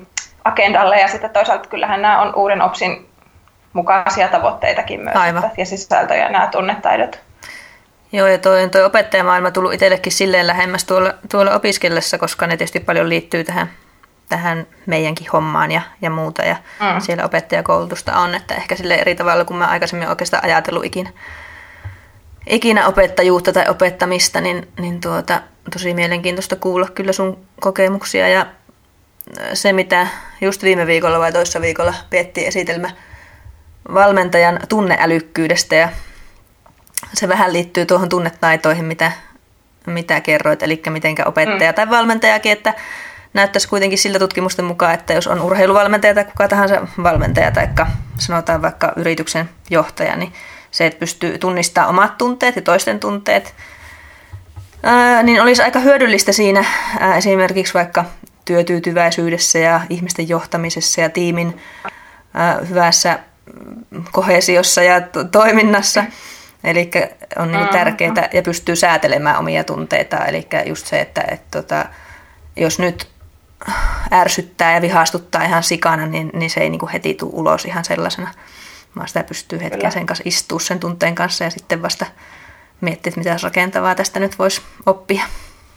agendalle ja sitten toisaalta kyllähän nämä on uuden OPSin mukaisia tavoitteitakin myös ja sisältöjä nämä tunnetaidot. Joo, ja toi opettajamaailma tullut itsellekin silleen lähemmäs tuolla opiskellessa, koska ne tietysti paljon liittyy tähän meidänkin hommaan ja muuta. Ja siellä opettajakoulutusta on, että ehkä sille eri tavalla, kun mä aikaisemmin oikeastaan ajatellut ikinä opettajuutta tai opettamista, niin tosi mielenkiintoista kuulla kyllä sun kokemuksia. Ja se, mitä just viime viikolla vai toissa viikolla piettiin esitelmä valmentajan tunneälykkyydestä, ja se vähän liittyy tuohon tunnetaitoihin, mitä kerroit, eli mitenkä opettaja tai valmentajakin, että näyttäisi kuitenkin siltä tutkimusten mukaan, että jos on urheiluvalmentaja tai kuka tahansa valmentaja tai sanotaan vaikka yrityksen johtaja, niin se, että pystyy tunnistamaan omat tunteet ja toisten tunteet, niin olisi aika hyödyllistä siinä esimerkiksi vaikka työtyytyväisyydessä ja ihmisten johtamisessa ja tiimin hyvässä koheesiossa ja toiminnassa. Eli on niin tärkeää ja pystyy säätelemään omia tunteita. Eli just se, että jos nyt ärsyttää ja vihastuttaa ihan sikana, niin se ei niin kuin heti tule ulos ihan sellaisena. Vaan sitä pystyy hetken sen kanssa istua sen tunteen kanssa ja sitten vasta miettiä, että mitä rakentavaa tästä nyt voisi oppia.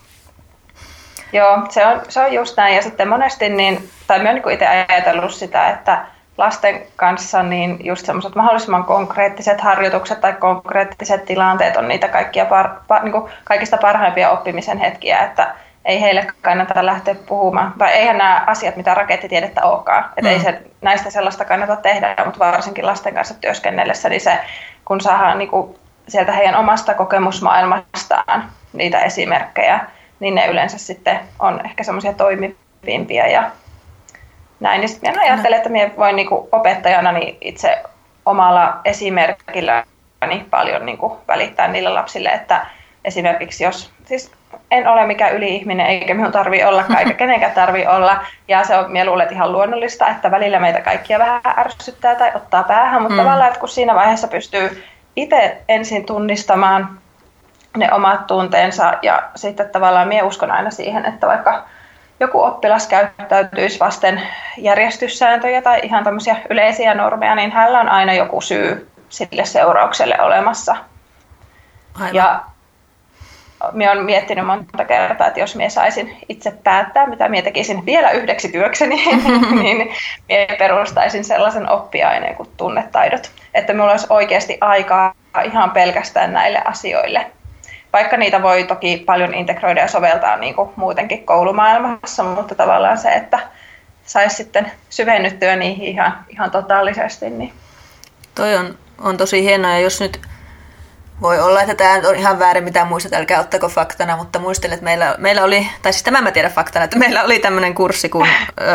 Joo, se on just näin. Ja sitten monesti, tai minä olen itse ajatellut sitä, että lasten kanssa niin just semmoiset mahdollisimman konkreettiset harjoitukset tai konkreettiset tilanteet on niitä kaikista parhaimpia oppimisen hetkiä, että ei heille kannata lähteä puhumaan. Tai eihän nämä asiat, mitä rakettitiedettä olekaan. Että ei näistä sellaista kannata tehdä, mutta varsinkin lasten kanssa työskennellessä, niin se, kun saadaan sieltä heidän omasta kokemusmaailmastaan niitä esimerkkejä, niin ne yleensä sitten on ehkä semmoisia toimivimpia ja näin. Ja sitten ajattelen, että minä voin opettajana itse omalla esimerkilläni paljon välittää niille lapsille, että esimerkiksi jos, siis en ole mikään yli-ihminen, eikä minun tarvitse olla, eikä kenenkään tarvitse olla, ja se on, minä luulen, että ihan luonnollista, että välillä meitä kaikkia vähän ärsyttää tai ottaa päähän, mutta tavallaan, että kun siinä vaiheessa pystyy itse ensin tunnistamaan ne omat tunteensa, ja sitten tavallaan minä uskon aina siihen, että vaikka joku oppilas käyttäytyisi vasten järjestyssääntöjä tai ihan tämmöisiä yleisiä normeja, niin hänellä on aina joku syy sille seuraukselle olemassa. Aivan. Ja minä olen miettinyt monta kertaa, että jos minä saisin itse päättää, mitä minä tekisin vielä yhdeksi työkseni, niin minä perustaisin sellaisen oppiaineen kuin tunnetaidot. Että minulla olisi oikeasti aikaa ihan pelkästään näille asioille. Vaikka niitä voi toki paljon integroida ja soveltaa niin kuin muutenkin koulumaailmassa, mutta tavallaan se, että saisi sitten syvennyttyä niihin ihan totaalisesti. Niin. Toi on tosi hienoa, ja jos nyt voi olla, että tämä on ihan väärin, mitä muistat, älkää ottako faktana, mutta muistelen, että meillä oli, tai siis tämän mä tiedän faktana, että meillä oli tämmöinen kurssi kuin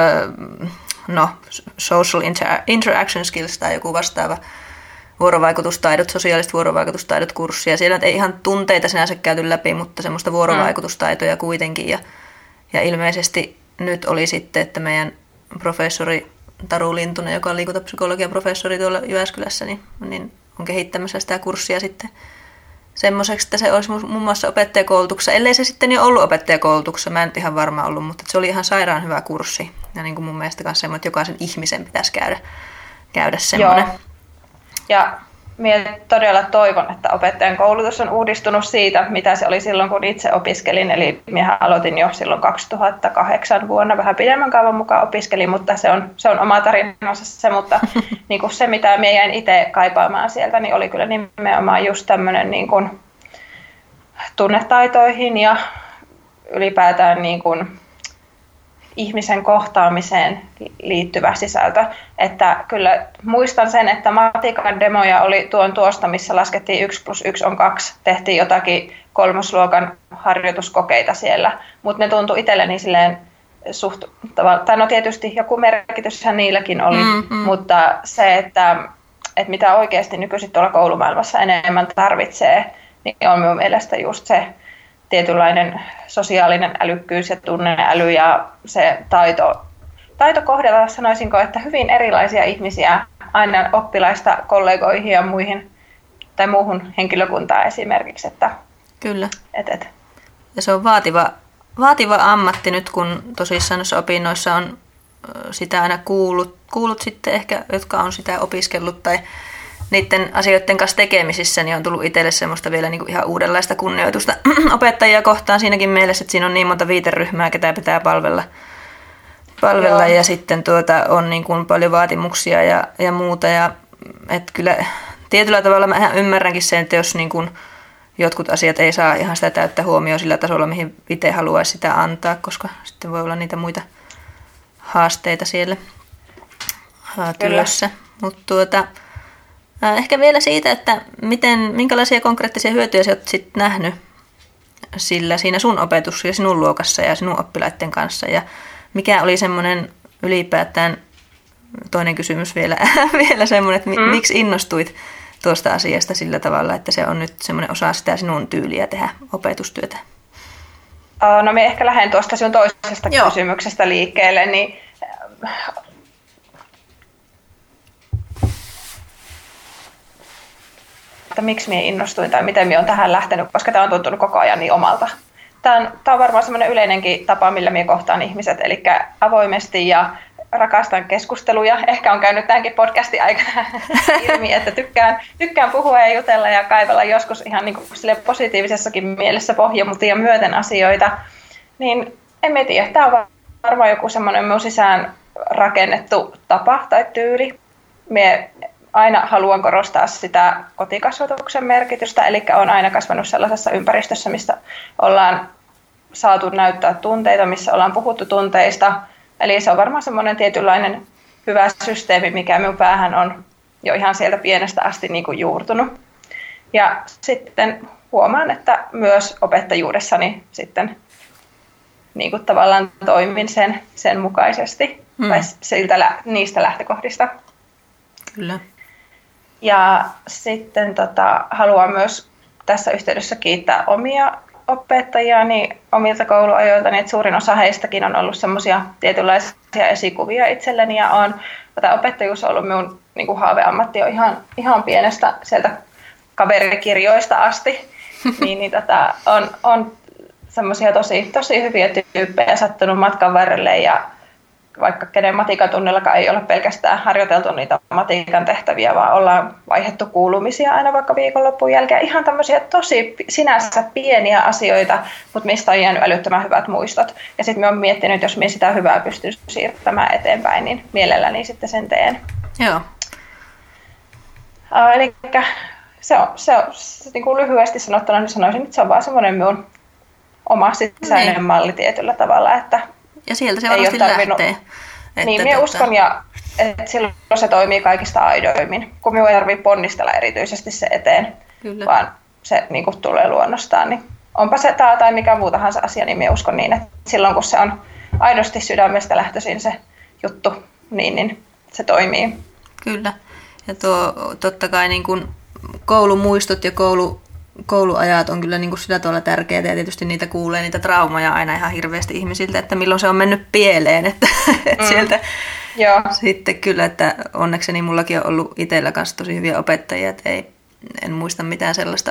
Social Interaction Skills tai joku vastaava vuorovaikutustaidot, sosiaaliset vuorovaikutustaidot kurssi, ja siellä ei ihan tunteita sinänsä käyty läpi, mutta semmoista vuorovaikutustaitoja kuitenkin, ja ilmeisesti nyt oli sitten, että meidän professori Taru Lintunen, joka on liikuntapsykologian professori tuolla Jyväskylässä, niin on kehittämässä sitä kurssia sitten semmoiseksi, että se olisi muun muassa opettajakoulutuksessa, ellei se sitten jo ollut opettajakoulutuksessa, mä en nyt ihan varma ollut, mutta se oli ihan sairaan hyvä kurssi, ja niin kuin mun mielestä myös semmoinen, että jokaisen ihmisen pitäisi käydä semmoinen. Joo. Ja minä todella toivon, että opettajan koulutus on uudistunut siitä, mitä se oli silloin, kun itse opiskelin. Eli minä aloitin jo silloin 2008 vuonna, vähän pidemmän kaavan mukaan opiskelin, mutta se on oma tarinansa se. Mutta niin kuin se, mitä minä jäin itse kaipaamaan sieltä, niin oli kyllä nimenomaan just tämmöinen niin kuin tunnetaitoihin ja ylipäätään niin kuin ihmisen kohtaamiseen liittyvä sisältö. Että kyllä muistan sen, että matikan demoja oli tuosta, missä laskettiin 1+1 on 2. Tehtiin jotakin 3. luokan harjoituskokeita siellä, mutta ne tuntui itselleni silleen suht tavallaan, no tietysti joku merkityshän niilläkin oli, mutta se, että mitä oikeasti nykyisin tuolla koulumaailmassa enemmän tarvitsee, niin on minun mielestä just se tietynlainen sosiaalinen älykkyys ja tunneäly ja se taito kohdella, sanoisinko, että hyvin erilaisia ihmisiä aina oppilaista kollegoihin ja muihin tai muuhun henkilökuntaan esimerkiksi. Että, kyllä. Ja se on vaativa ammatti nyt, kun tosissaan noissa opinnoissa on sitä aina kuullut sitten ehkä, jotka on sitä opiskellut tai niiden asioiden kanssa tekemisissä, niin on tullut itselle semmoista vielä niin kuin ihan uudenlaista kunnioitusta opettajia kohtaan siinäkin mielessä, että siinä on niin monta viiteryhmää, ketä pitää palvella ja sitten on niin kuin paljon vaatimuksia ja muuta. Ja, että kyllä tietyllä tavalla mä ihan ymmärränkin sen, että jos niin kuin jotkut asiat ei saa ihan sitä täyttä huomioon sillä tasolla, mihin itse haluaisi sitä antaa, koska sitten voi olla niitä muita haasteita siellä työssä. Mutta ehkä vielä siitä, että minkälaisia konkreettisia hyötyjä sä oot sit nähnyt siinä sun opetus- ja sinun luokassa ja sinun oppilaiden kanssa. Ja mikä oli semmoinen ylipäätään, toinen kysymys vielä semmoinen, että miksi innostuit tuosta asiasta sillä tavalla, että se on nyt semmoinen osa sitä sinun tyyliä tehdä opetustyötä? No me ehkä lähden tuosta sinun toisesta kysymyksestä liikkeelle, niin että miksi minä innostuin tai miten minä olen tähän lähtenyt, koska tämä on tuntunut koko ajan niin omalta. Tämä on varmaan semmoinen yleinenkin tapa, millä minä kohtaan ihmiset, eli avoimesti ja rakastan keskusteluja. Ehkä on käynyt tämänkin podcastin aikana ilmi, että tykkään puhua ja jutella ja kaivella joskus ihan niin kuin positiivisessakin mielessä pohjamutia myöten asioita. Niin en tiedä, tämä on varmaan joku semmoinen minun sisään rakennettu tapa tai tyyli. Minä aina haluan korostaa sitä kotikasvatuksen merkitystä, eli olen aina kasvanut sellaisessa ympäristössä, mistä ollaan saatu näyttää tunteita, missä ollaan puhuttu tunteista. Eli se on varmaan semmoinen tietynlainen hyvä systeemi, mikä minun päähän on jo ihan sieltä pienestä asti niin kuin juurtunut. Ja sitten huomaan, että myös opettajuudessani sitten niin kuin tavallaan toimin sen mukaisesti tai niistä lähtökohdista. Kyllä. Ja sitten haluan myös tässä yhteydessä kiittää omia opettajiani omilta kouluajoiltani, että suurin osa heistäkin on ollut semmoisia tietynlaisia esikuvia itselleni ja opettajuus on ollut minun niin kuin haaveammatti jo ihan pienestä sieltä kaverikirjoista asti. On semmoisia tosi hyviä tyyppejä sattunut matkan varrelle ja vaikka kenen matikkatunnillakaan ei ole pelkästään harjoiteltu niitä matikan tehtäviä, vaan ollaan vaihdettu kuulumisia aina vaikka viikonloppuun jälkeen. Ihan tämmöisiä tosi sinänsä pieniä asioita, mutta mistä on jäänyt älyttömän hyvät muistot. Ja sitten me on miettinyt, että jos minä sitä hyvää pystyn siirtämään eteenpäin, niin mielelläni sitten sen teen. Joo. Eli se niin kuin lyhyesti sanottuna, niin sanoisin, että se on vaan semmoinen minun oma sisäinen malli tietyllä tavalla, että ja sieltä se varmasti lähtee. Niin, minä uskon, että silloin se toimii kaikista aidoimmin, kun minua ei tarvitse ponnistella erityisesti se eteen, Kyllä. vaan se niin kuin tulee luonnostaan. Niin onpa se tai mikä muu tahansa asia, niin minä uskon niin, että silloin kun se on aidosti sydämestä lähtöisin se juttu, niin se toimii. Kyllä. Ja totta kai niin kuin koulumuistot ja kouluajat on kyllä niin kuin sillä tavalla tärkeitä ja tietysti niitä kuulee niitä traumaja aina ihan hirveästi ihmisiltä, että milloin se on mennyt pieleen, että sieltä sitten kyllä, että onnekseni mullakin on ollut itsellä kanssa tosi hyviä opettajia, että en muista mitään sellaista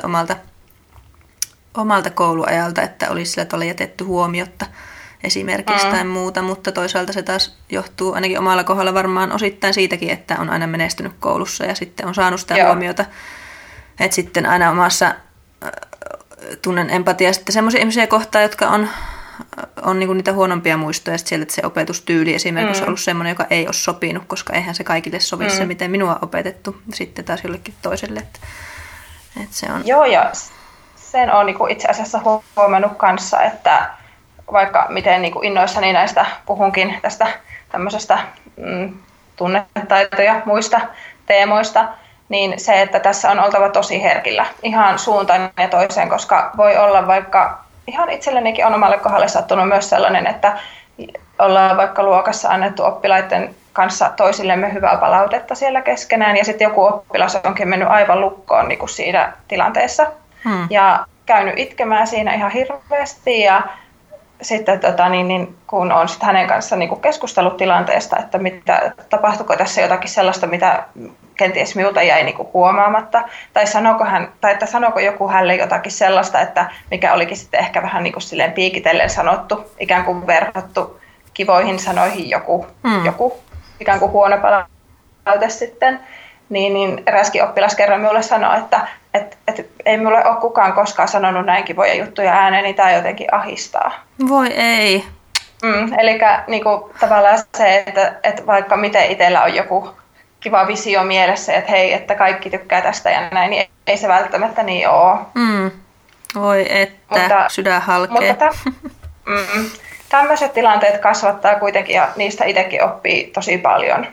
omalta kouluajalta, että olisi sillä tavalla jätetty huomiotta esimerkiksi tai muuta, mutta toisaalta se taas johtuu ainakin omalla kohdalla varmaan osittain siitäkin, että on aina menestynyt koulussa ja sitten on saanut sitä huomiota, että sitten aina omassa tunnen empatiaa sitten semmoisia ihmisiä kohtaan, jotka on niinku niitä huonompia muistoja sieltä, että se opetustyyli esimerkiksi on ollut semmoinen, joka ei ole sopinut, koska eihän se kaikille sovi se, miten minua on opetettu sitten taas jollekin toiselle. Että se on... Joo, ja sen olen niinku itse asiassa huomannut kanssa, että vaikka miten niinku innoissani näistä puhunkin tästä tämmöisestä tunnetaitoja muista teemoista, niin se, että tässä on oltava tosi herkillä ihan suuntaan ja toiseen, koska voi olla vaikka, ihan itsellenikin on omalle kohdalle sattunut myös sellainen, että ollaan vaikka luokassa annettu oppilaiden kanssa toisillemme hyvää palautetta siellä keskenään, ja sitten joku oppilas onkin mennyt aivan lukkoon niin kuin siinä tilanteessa, ja käynyt itkemään siinä ihan hirveästi, ja sitten kun olen sitten hänen kanssaan niin keskustellut tilanteesta, että tapahtuiko tässä jotakin sellaista, mitä kenties minulta jäi niin huomaamatta, tai sanoiko joku hänelle jotakin sellaista, että mikä olikin sitten ehkä vähän niin silleen piikitellen sanottu, ikään kuin verhottu kivoihin sanoihin joku ikään kuin huono palaute sitten, niin eräskin oppilas kerran minulle sanoi, että ei minulle ole kukaan koskaan sanonut näin kivoja juttuja ääneen, niin tämä jotenkin ahistaa. Voi ei. Eli niinku, tavallaan se, että vaikka miten itsellä on joku kiva visio mielessä, että hei, että kaikki tykkää tästä ja näin, niin ei se välttämättä niin ole. Voi että, sydän halkee. Mutta tämmöiset tilanteet kasvattaa kuitenkin ja niistä itsekin oppii tosi paljon.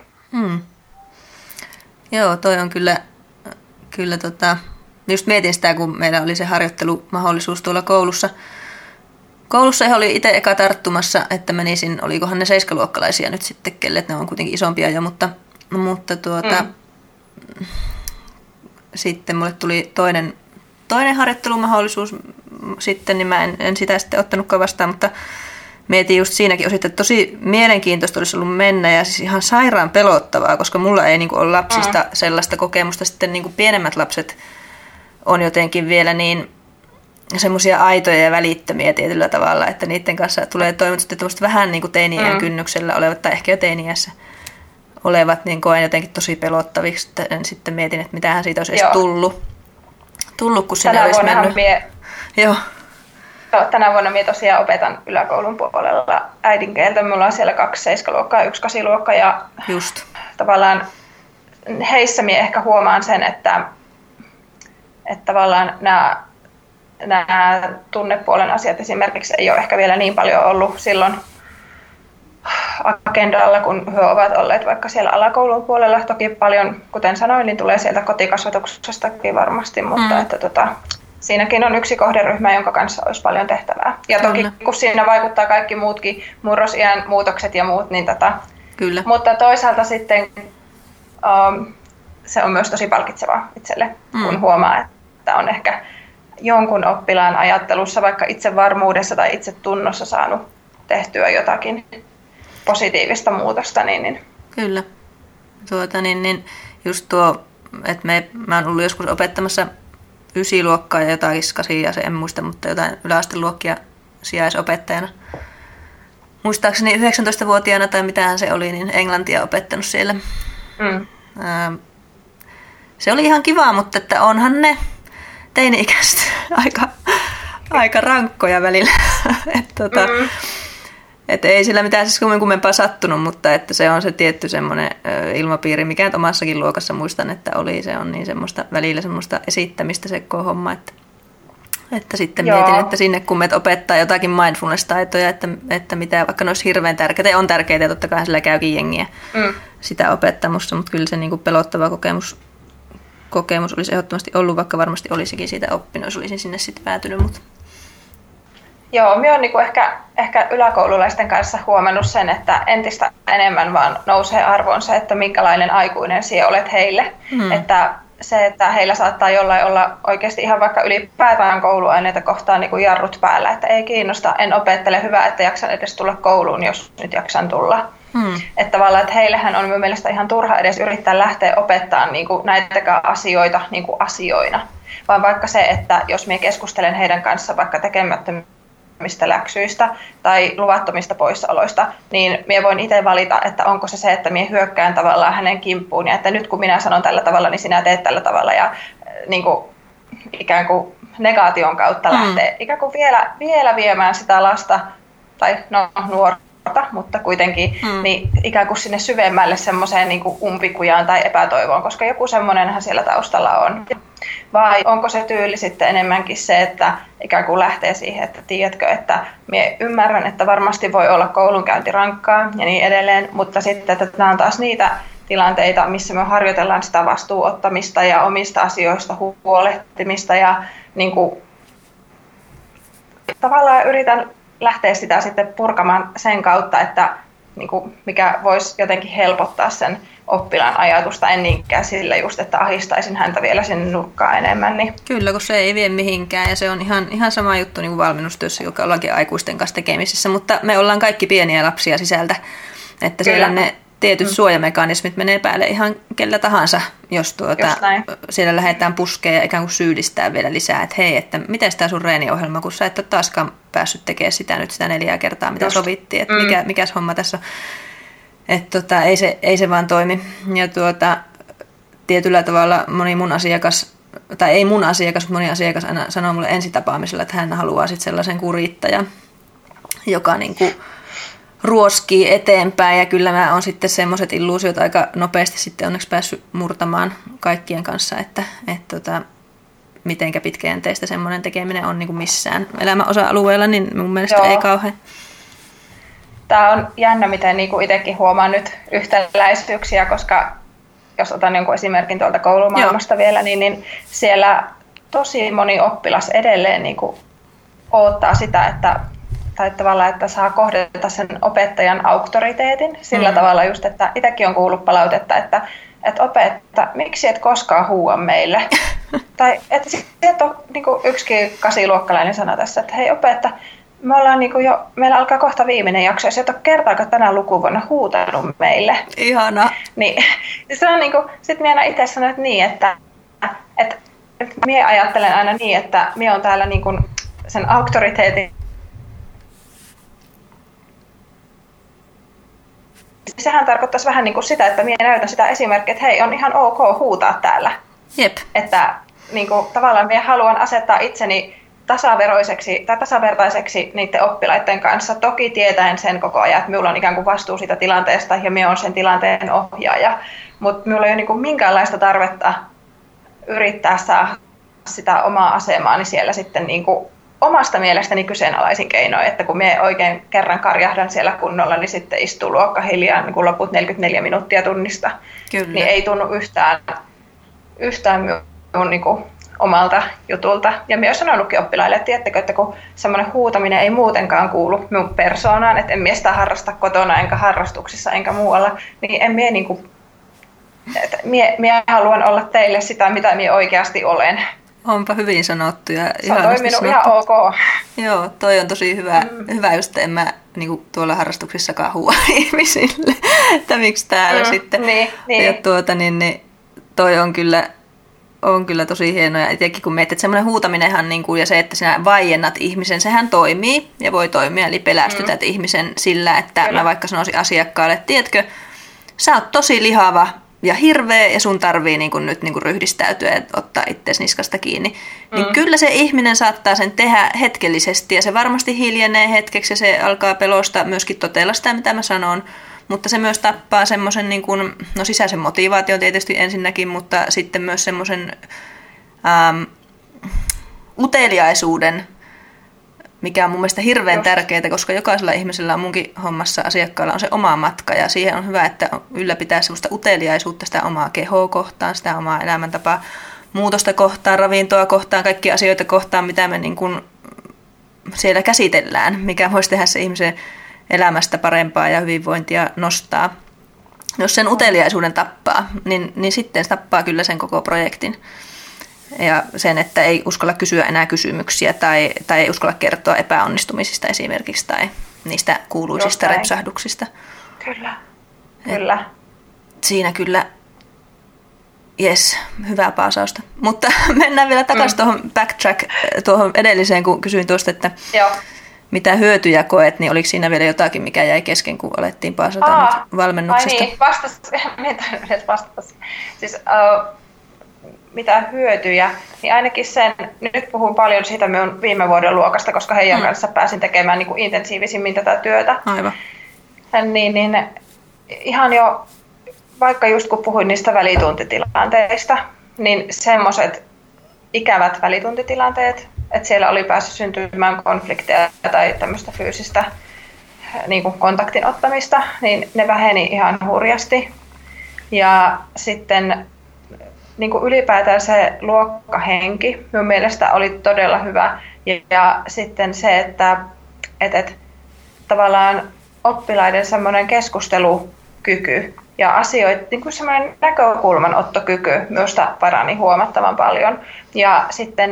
Joo, toi on kyllä just mietin sitä, kun meillä oli se harjoittelumahdollisuus tuolla koulussa. Koulussa he oli itse eka tarttumassa, että menisin, olikohan ne 7-luokkalaisia nyt sitten, kellet ne on kuitenkin isompia jo, mutta sitten mulle tuli toinen harjoittelumahdollisuus sitten, niin mä en sitä sitten ottanutkaan vastaan, mutta mietin just siinäkin osittain, että tosi mielenkiintoista olisi ollut mennä ja siis ihan sairaan pelottavaa, koska mulla ei niinku ole lapsista sellaista kokemusta. Sitten niinku pienemmät lapset on jotenkin vielä niin semmoisia aitoja ja välittömiä tietyllä tavalla, että niiden kanssa tulee toiminut sitten vähän niin kuin teini-iän kynnyksellä olevat tai ehkä jo teini-iässä olevat, niin koen jotenkin tosi pelottaviksi. Sitten mietin, että mitähän siitä olisi edes tullut, kun sinne olisi mennyt. Joo. Tänä vuonna minä tosiaan opetan yläkoulun puolella äidinkieltä. Minulla on siellä 2 7-luokkaa ja 1 8-luokka. Ja just. Tavallaan heissä minä ehkä huomaan sen, että tavallaan nämä tunnepuolen asiat esimerkiksi ei ole ehkä vielä niin paljon ollut silloin agendalla, kun he ovat olleet vaikka siellä alakoulun puolella. Toki paljon, kuten sanoin, niin tulee sieltä kotikasvatuksestakin varmasti, mutta että siinäkin on yksi kohderyhmä, jonka kanssa olisi paljon tehtävää. Ja toki kun siinä vaikuttaa kaikki muutkin murrosiän muutokset ja muut, niin Kyllä. Mutta toisaalta sitten se on myös tosi palkitsevaa itselle, kun huomaa, että on ehkä jonkun oppilaan ajattelussa, vaikka itsevarmuudessa tai itsetunnossa saanut tehtyä jotakin positiivista muutosta. Niin. Kyllä. Just tuo, että mä oon ollut joskus opettamassa 9-luokkaa ja jotakin 8 ja se en muista, mutta jotain yläasteluokkia sijaisopettajana. Muistaakseni 19-vuotiaana tai mitähän se oli, niin englantia opettanut siellä. Se oli ihan kiva, mutta että onhan ne teini-ikäiset aika rankkoja välillä. Että ei sillä mitään siis kummempaa sattunut, mutta että se on se tietty semmoinen ilmapiiri, mikä nyt omassakin luokassa muistan, että oli. Se on niin semmoista välillä semmoista esittämistä se koko homma, että sitten mietin, että sinne kun meitä opettaa jotakin mindfulness-taitoja, että mitä vaikka ne olisi hirveän tärkeitä, on tärkeitä ja totta kai sillä käykin jengiä sitä opettamassa, mutta kyllä se niin kuin pelottava kokemus olisi ehdottomasti ollut, vaikka varmasti olisikin siitä oppinut, jos olisin sinne sitten päätynyt. Mutta. Joo, minä olen niin ehkä yläkoululaisten kanssa huomannut sen, että entistä enemmän vaan nousee arvoon se, että minkälainen aikuinen sinä olet heille. Että se, että heillä saattaa jollain olla oikeasti ihan vaikka ylipäätään kouluaineita kohtaan niin kuin jarrut päällä, että ei kiinnosta, en opettele, hyvä, että jaksan edes tulla kouluun, jos nyt jaksan tulla. Että tavallaan, että heillehän on minun mielestä ihan turha edes yrittää lähteä opettamaan niin kuin näitäkään asioita niin kuin asioina. Vaan vaikka se, että jos minä keskustelen heidän kanssa vaikka tekemättömistä läksyistä tai luvattomista poissaoloista, niin minä voin itse valita, että onko se, että minä hyökkään tavallaan hänen kimppuun ja että nyt kun minä sanon tällä tavalla, niin sinä teet tällä tavalla ja niin kuin, ikään kuin negaation kautta lähtee ikään kuin vielä viemään sitä lasta tai nuorta, mutta kuitenkin niin ikään kuin sinne syvemmälle semmoiseen niin kuin umpikujaan tai epätoivoon, koska joku semmoinenhan siellä taustalla on. Vai onko se tyyli sitten enemmänkin se, että ikään kuin lähtee siihen, että tiedätkö, että minä ymmärrän, että varmasti voi olla koulunkäynti rankkaa ja niin edelleen, mutta sitten että nämä on taas niitä tilanteita, missä me harjoitellaan sitä vastuunottamista ja omista asioista huolehtimista ja niin kuin, tavallaan yritän lähteä sitä sitten purkamaan sen kautta, että niin kuin, mikä voisi jotenkin helpottaa sen oppilaan ajatusta, en niinkään sillä just, että ahistaisin häntä vielä sinne nurkkaan enemmän. Niin. Kyllä, kun se ei vie mihinkään ja se on ihan sama juttu niin kuin valmennustyössä, joka ollaankin aikuisten kanssa tekemisissä, mutta me ollaan kaikki pieniä lapsia sisältä, että siellä tietyt suojamekanismit menee päälle ihan kellä tahansa, jos siellä lähdetään puskemaan ja ikään kuin syyllistää vielä lisää, että hei, että miten tämä sun reeniohjelma, kun sä et ole taaskaan päässyt tekemään sitä 4 kertaa, mitä sovittiin, että mikäs homma tässä on. Että ei se vaan toimi. Ja tietyllä tavalla moni mun asiakas, tai ei mun asiakas, mutta moni asiakas aina sanoo mulle ensitapaamisella, että hän haluaa sitten sellaisen kurittajan, joka niinku ruoskii eteenpäin, ja kyllä mä oon sitten semmoiset illuusiot aika nopeasti sitten onneksi päässyt murtamaan kaikkien kanssa, että mitenkä pitkäjänteistä semmoinen tekeminen on niin kuin missään elämän osa-alueella, niin mun mielestä ei kauhean. Tämä on jännä, miten niin itsekin huomaan nyt yhtäläisyyksiä, koska jos otan jonkun esimerkin tuolta koulumaailmasta vielä, niin siellä tosi moni oppilas edelleen niin kuin odottaa sitä, että saa kohdata sen opettajan auktoriteetin sillä tavalla just, että itsekin on kuullut palautetta, että opettaja, miksi et koskaan huua meille? Tai että sieltä on niin yksikin 8-luokkalainen sana tässä, että hei opettaja, me ollaan meillä alkaa kohta viimeinen jakso, ja sieltä on kertaakaan tänään lukuvuonna huutanut meille. Ihana. Niin, se on sitten minä itse sanon, että minä ajattelen aina niin, että minä olen täällä sen auktoriteetin. Sehän tarkoittaisi vähän sitä, että minä näytän sitä esimerkkiä, että hei, on ihan ok huutaa täällä. Jep. Että tavallaan minä haluan asettaa itseni tasaveroiseksi tai tasavertaiseksi niiden oppilaiden kanssa. Toki tietäen sen koko ajan, että minulla on ikään kuin vastuu siitä tilanteesta ja minä olen sen tilanteen ohjaaja. Mutta minulla ei ole minkäänlaista tarvetta yrittää saada sitä omaa asemaani siellä sitten omasta mielestäni kyseenalaisin keinoin, että kun minä oikein kerran karjahdan siellä kunnolla, niin sitten istuu luokka hiljaa loput 44 minuuttia tunnista. Kyllä. Niin ei tunnu yhtään minun omalta jutulta. Ja minä olen sanonutkin oppilaille, että tiedättekö, että kun semmoinen huutaminen ei muutenkaan kuulu minun persoonaan, että en minä sitä harrasta kotona, enkä harrastuksissa, enkä muualla, niin en minä haluan olla teille sitä, mitä minä oikeasti olen. Onpa hyvin sanottu ja se on toiminut ihan ok. Joo, toi on tosi hyvä just, en mä tuolla harrastuksissakaan huua ihmisille, että miksi täällä sitten. Niin. Ja toi on kyllä tosi hienoa. Ja etenkin kun mietit, että semmoinen huutaminenhan ja se, että sinä vaiennat ihmisen, sehän toimii ja voi toimia. Eli pelästytät ihmisen sillä, että kyllä. Mä vaikka sanoisin asiakkaalle, että tiedätkö, sä oot tosi lihava ja hirveä ja sun tarvii nyt ryhdistäytyä ja ottaa itseäsi niskasta kiinni. Niin kyllä se ihminen saattaa sen tehdä hetkellisesti ja se varmasti hiljenee hetkeksi ja se alkaa pelosta myöskin totella sitä, mitä mä sanon. Mutta se myös tappaa semmoisen sisäisen motivaation tietysti ensinnäkin, mutta sitten myös semmoisen uteliaisuuden, mikä on mun mielestä hirveän tärkeää, koska jokaisella ihmisellä on munkin hommassa asiakkaalla on se oma matka ja siihen on hyvä, että ylläpitää semmoista uteliaisuutta sitä omaa kehoa kohtaan, sitä omaa elämäntapaa, muutosta kohtaan, ravintoa kohtaan, kaikkia asioita kohtaan, mitä me siellä käsitellään, mikä voisi tehdä se ihmisen elämästä parempaa ja hyvinvointia nostaa. Jos sen uteliaisuuden tappaa, niin sitten se tappaa kyllä sen koko projektin. Ja sen, että ei uskalla kysyä enää kysymyksiä tai ei uskalla kertoa epäonnistumisista esimerkiksi tai niistä kuuluisista repsahduksista. Kyllä. Siinä kyllä, jes, hyvää paasausta. Mutta mennään vielä takaisin tuohon edelliseen, kun kysyin tuosta, että joo. Mitä hyötyjä koet, niin oliko siinä vielä jotakin, mikä jäi kesken, kun alettiin paasata nyt valmennuksesta? Ai niin, vastata. Siis mitä hyötyjä, niin ainakin sen, nyt puhun paljon siitä minun viime vuoden luokasta, koska heidän kanssa pääsin tekemään intensiivisimmin tätä työtä. Aivan. Niin ihan jo, vaikka just kun puhuin niistä välituntitilanteista, niin semmoiset ikävät välituntitilanteet, että siellä oli päässyt syntymään konflikteja tai tämmöistä fyysistä kontaktin ottamista, niin ne väheni ihan hurjasti. Ja sitten ylipäätään se luokkahenki minun mielestä oli todella hyvä. Ja sitten se, että tavallaan oppilaiden semmoinen keskustelukyky ja asioita, semmoinen näkökulmanottokyky minusta parani huomattavan paljon. Ja sitten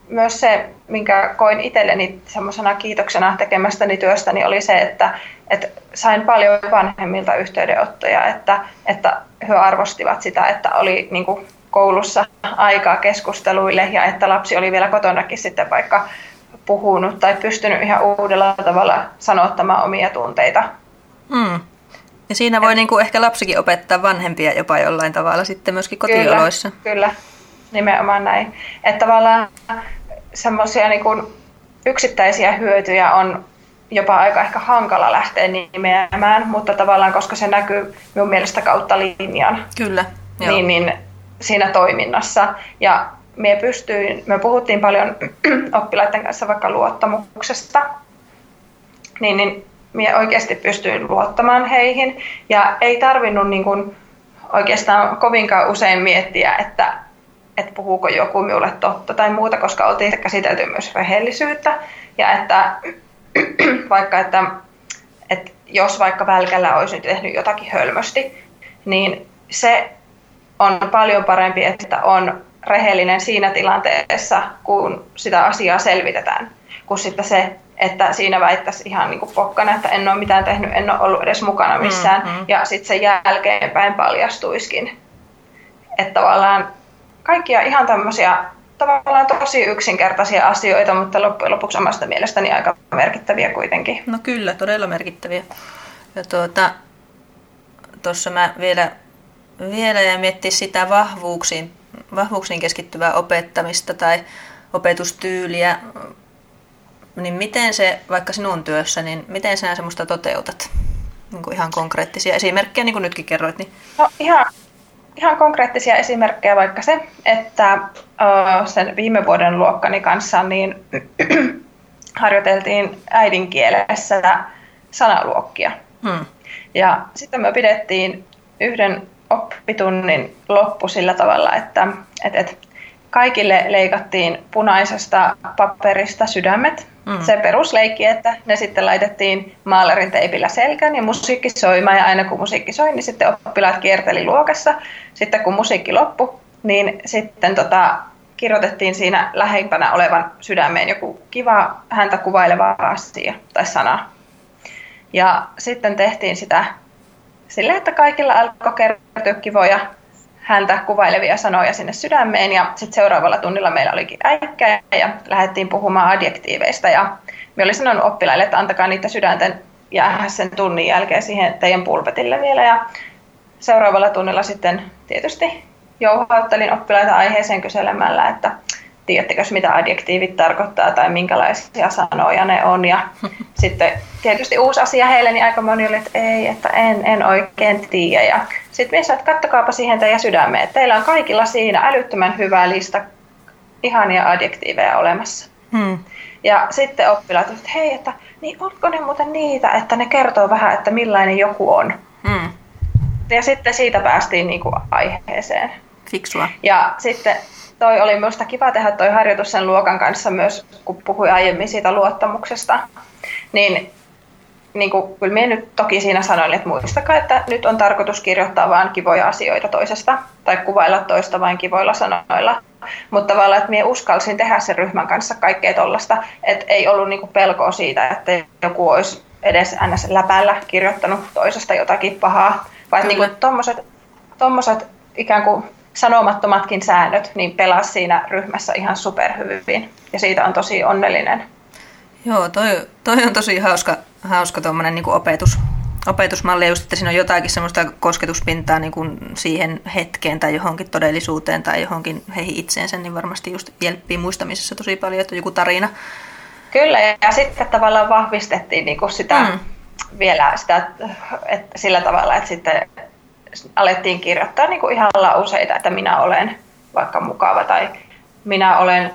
myös se, minkä koin itselleni semmoisena kiitoksena tekemästäni työstäni, oli se, että sain paljon vanhemmilta yhteydenottoja, että he arvostivat sitä, että oli niin kuin koulussa aikaa keskusteluille ja että lapsi oli vielä kotonakin sitten vaikka puhunut tai pystynyt ihan uudella tavalla sanottamaan omia tunteita. Ja siinä voi niin kuin ehkä lapsikin opettaa vanhempia jopa jollain tavalla sitten myöskin kotioloissa. Kyllä, nimenomaan näin. Että tavallaan semmoisia niin kuin yksittäisiä hyötyjä on jopa aika ehkä hankala lähteä nimeämään, mutta tavallaan koska se näkyy minun mielestä kautta linjan. Kyllä, joo. Niin siinä toiminnassa. Ja me puhuttiin paljon oppilaiden kanssa vaikka luottamuksesta, niin minä oikeasti pystyin luottamaan heihin. Ja ei tarvinnut niin kuin oikeastaan kovinkaan usein miettiä, että puhuuko joku minulle totta tai muuta, koska oltiin käsitelty myös rehellisyyttä. Ja että jos vaikka Välkällä olisi nyt tehnyt jotakin hölmösti, niin se on paljon parempi, että on rehellinen siinä tilanteessa, kun sitä asiaa selvitetään, kuin sitten se, että siinä väittäisi ihan niin kuin pokkana, että en ole mitään tehnyt, en ole ollut edes mukana missään, ja sitten sen jälkeenpäin paljastuisikin. Että tavallaan kaikkia ihan tämmöisiä tavallaan tosi yksinkertaisia asioita, mutta loppujen lopuksi omasta mielestäni aika merkittäviä kuitenkin. No kyllä, todella merkittäviä. Ja tuossa mä vielä ja miettiä sitä vahvuuksiin keskittyvää opettamista tai opetustyyliä, niin miten se, vaikka sinun työssä, niin miten sinä semmoista toteutat? Niin kuin ihan konkreettisia esimerkkejä, niin kuin nytkin kerroit. Niin... No ihan konkreettisia esimerkkejä vaikka se, että sen viime vuoden luokkani kanssa niin harjoiteltiin äidinkielessä sanaluokkia. Ja sitten me pidettiin yhden oppitunnin loppu sillä tavalla, että kaikille leikattiin punaisesta paperista sydämet. Se perusleikki, että ne sitten laitettiin maalarin teipillä selkään ja musiikki soimaan. Ja aina kun musiikki soi, niin sitten oppilaat kierteli luokassa. Sitten kun musiikki loppui, niin sitten kirjoitettiin siinä lähempänä olevan sydämeen joku kiva häntä kuvaileva asia tai sana. Ja sitten tehtiin sitä silleen, että kaikilla alkoi kertyä kivoja häntä kuvailevia sanoja sinne sydämeen. Ja sitten seuraavalla tunnilla meillä olikin äikkä ja lähdettiin puhumaan adjektiiveista. Ja minä olin sanonut oppilaille, että antakaa niitä sydänten jäädä sen tunnin jälkeen siihen teidän pulpetille vielä. Ja seuraavalla tunnilla sitten tietysti jouhauttelin oppilaita aiheeseen kyselemällä, että tiedättekö mitä adjektiivit tarkoittaa tai minkälaisia sanoja ne on. Ja sitten tietysti uusi asia heille, niin aika moni oli, että ei, että en oikein tiedä. Ja sitten mies sanoi, että kattokaapa siihen teidän sydämeen, että teillä on kaikilla siinä älyttömän hyvä lista ihania adjektiiveja olemassa. Ja sitten oppilaat, että hei, että niin onko ne muuten niitä, että ne kertoo vähän, että millainen joku on. Ja sitten siitä päästiin niin kuin aiheeseen. Fiksua. Ja sitten toi oli minusta kiva tehdä toi harjoitus sen luokan kanssa myös, kun puhuin aiemmin siitä luottamuksesta. Niin kuin, kyllä minä nyt toki siinä sanoin, että muistakaa, että nyt on tarkoitus kirjoittaa vain kivoja asioita toisesta tai kuvailla toista vain kivoilla sanoilla. Mutta tavallaan, että minä uskalsin tehdä sen ryhmän kanssa kaikkea tollaista, että ei ollut niin kuin pelkoa siitä, että joku olisi edes ns. Läpällä kirjoittanut toisesta jotakin pahaa. Vaan niin tuommoiset ikään kuin sanomattomatkin säännöt niin pelasi siinä ryhmässä ihan superhyvin. Ja siitä on tosi onnellinen. Joo, toi on tosi hauska tuommoinen niin kuin opetusmalli. Just, että siinä on jotakin semmoista kosketuspintaa niin kuin siihen hetkeen tai johonkin todellisuuteen tai johonkin heihin itseensä, niin varmasti just jelppii muistamisessa tosi paljon, että on joku tarina. Kyllä, ja sitten tavallaan vahvistettiin niin kuin sitä vielä sitä, että sillä tavalla, että sitten alettiin kirjoittaa niin kuin ihan lauseita, että minä olen vaikka mukava tai minä olen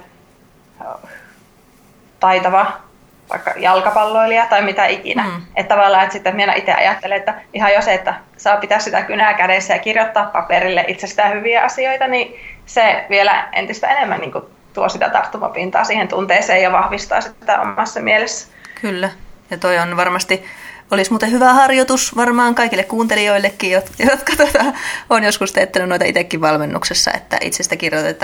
taitava vaikka jalkapalloilija tai mitä ikinä. Että tavallaan, että sitten minä itse ajattelen, että ihan jo se, että saa pitää sitä kynää kädessä ja kirjoittaa paperille itsestään hyviä asioita, niin se vielä entistä enemmän niin kuin tuo sitä tarttumapintaa siihen tunteeseen ja vahvistaa sitä omassa mielessä. Kyllä, ja toi on varmasti... Olisi muuten hyvä harjoitus varmaan kaikille kuuntelijoillekin, jotka on joskus teettänyt noita itsekin valmennuksessa, että itsestä kirjoitetaan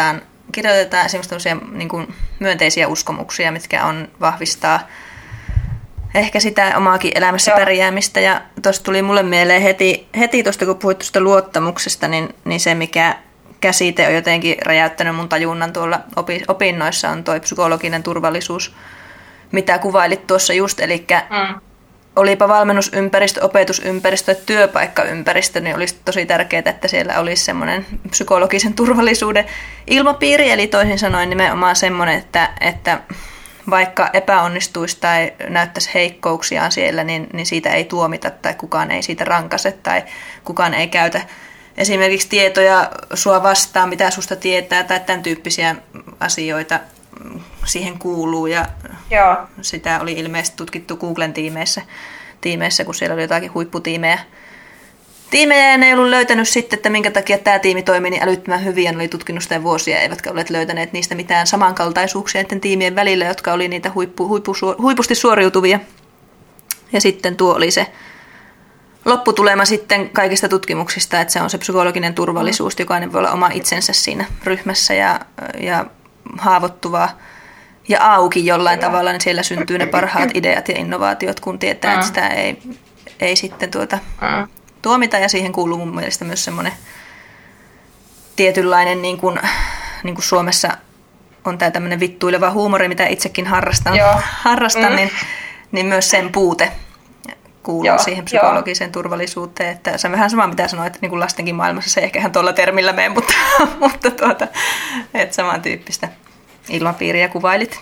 kirjoitetaan esimerkiksi niin kuin myönteisiä uskomuksia, mitkä vahvistaa ehkä sitä omaakin elämässä pärjäämistä. Ja tuosta tuli mulle mieleen heti tuosta, kun puhuit tuosta luottamuksesta, niin se mikä käsite on jotenkin räjäyttänyt mun tajunnan tuolla opinnoissa on tuo psykologinen turvallisuus, mitä kuvailit tuossa just. Eli olipa valmennusympäristö, opetusympäristö tai työpaikkaympäristö, niin olisi tosi tärkeää, että siellä olisi semmoinen psykologisen turvallisuuden ilmapiiri. Eli toisin sanoen nimenomaan semmoinen, että vaikka epäonnistuisi tai näyttäisi heikkouksiaan siellä, niin siitä ei tuomita tai kukaan ei siitä rankase tai kukaan ei käytä esimerkiksi tietoja sua vastaan, mitä susta tietää tai tämän tyyppisiä asioita siihen kuuluu. Ja sitä oli ilmeisesti tutkittu Googlen tiimeissä, kun siellä oli jotakin huipputiimejä. Ja ne ei ollut löytänyt sitten, että minkä takia tämä tiimi toimi niin älyttömän hyvin ja ne oli tutkinut sitä vuosia, eivätkä olleet löytäneet niistä mitään samankaltaisuuksia näiden tiimien välillä, jotka oli niitä huipusti suoriutuvia. Ja sitten tuo oli se lopputulema sitten kaikista tutkimuksista, että se on se psykologinen turvallisuus, jokainen voi olla oma itsensä siinä ryhmässä ja haavoittuvaa ja auki jollain tavalla, niin siellä syntyy ne parhaat ideat ja innovaatiot, kun tietää, että sitä ei sitten tuomita, ja siihen kuuluu mun mielestä myös semmoinen tietynlainen, niin kuin Suomessa on tämä tämmöinen vittuileva huumori, mitä itsekin harrastan niin myös sen puute kuuluu siihen psykologiseen turvallisuuteen. Että se on vähän sama, mitä sanoit, että niin kuin lastenkin maailmassa se ei ehkä ihan tuolla termillä mene, mutta että samantyyppistä ilmapiiriä kuvailit.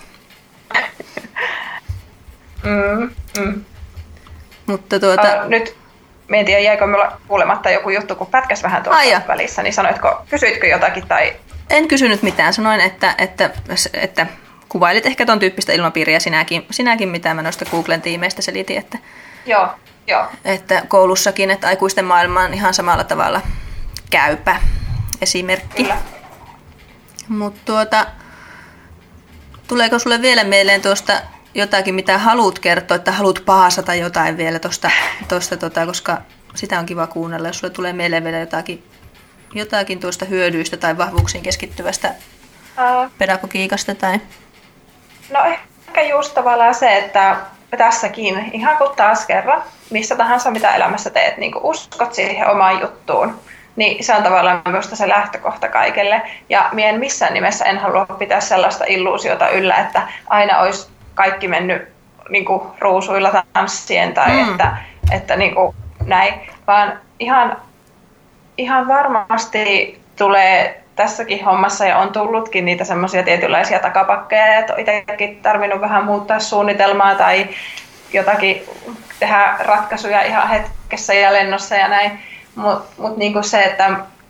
Mutta nyt en tiedä, jäikö minulla kuulematta joku juttu, kun pätkäs vähän tuossa välissä, niin kysyitkö jotakin? Tai... En kysynyt mitään. Sanoin, että kuvailit ehkä tuon tyyppistä ilmapiiriä sinäkin, mitä mä noista Googlen tiimeistä selitin. Että, että koulussakin, että aikuisten maailma on ihan samalla tavalla käypä esimerkki. Kyllä. Mutta tuleeko sulle vielä mieleen tuosta jotakin, mitä haluat kertoa, että haluat paasata jotain vielä tuosta, koska sitä on kiva kuunnella, jos sulle tulee mieleen vielä jotakin tuosta hyödyistä tai vahvuuksiin keskittyvästä pedagogiikasta? Tai... No ehkä just tavallaan se, että tässäkin, ihan kuin taas kerran, missä tahansa mitä elämässä teet, niin kun uskot siihen omaan juttuun, niin se on tavallaan myös se lähtökohta kaikelle. Ja minä en missään nimessä en halua pitää sellaista illuusiota yllä, että aina olisi kaikki mennyt niin kuin ruusuilla tanssien tai että niin kuin näin, vaan ihan varmasti tulee tässäkin hommassa ja on tullutkin niitä semmoisia tietynlaisia takapakkeja ja on itsekin tarvinnut vähän muuttaa suunnitelmaa tai jotakin tehdä ratkaisuja ihan hetkessä ja lennossa ja näin, mutta niin kuin se, että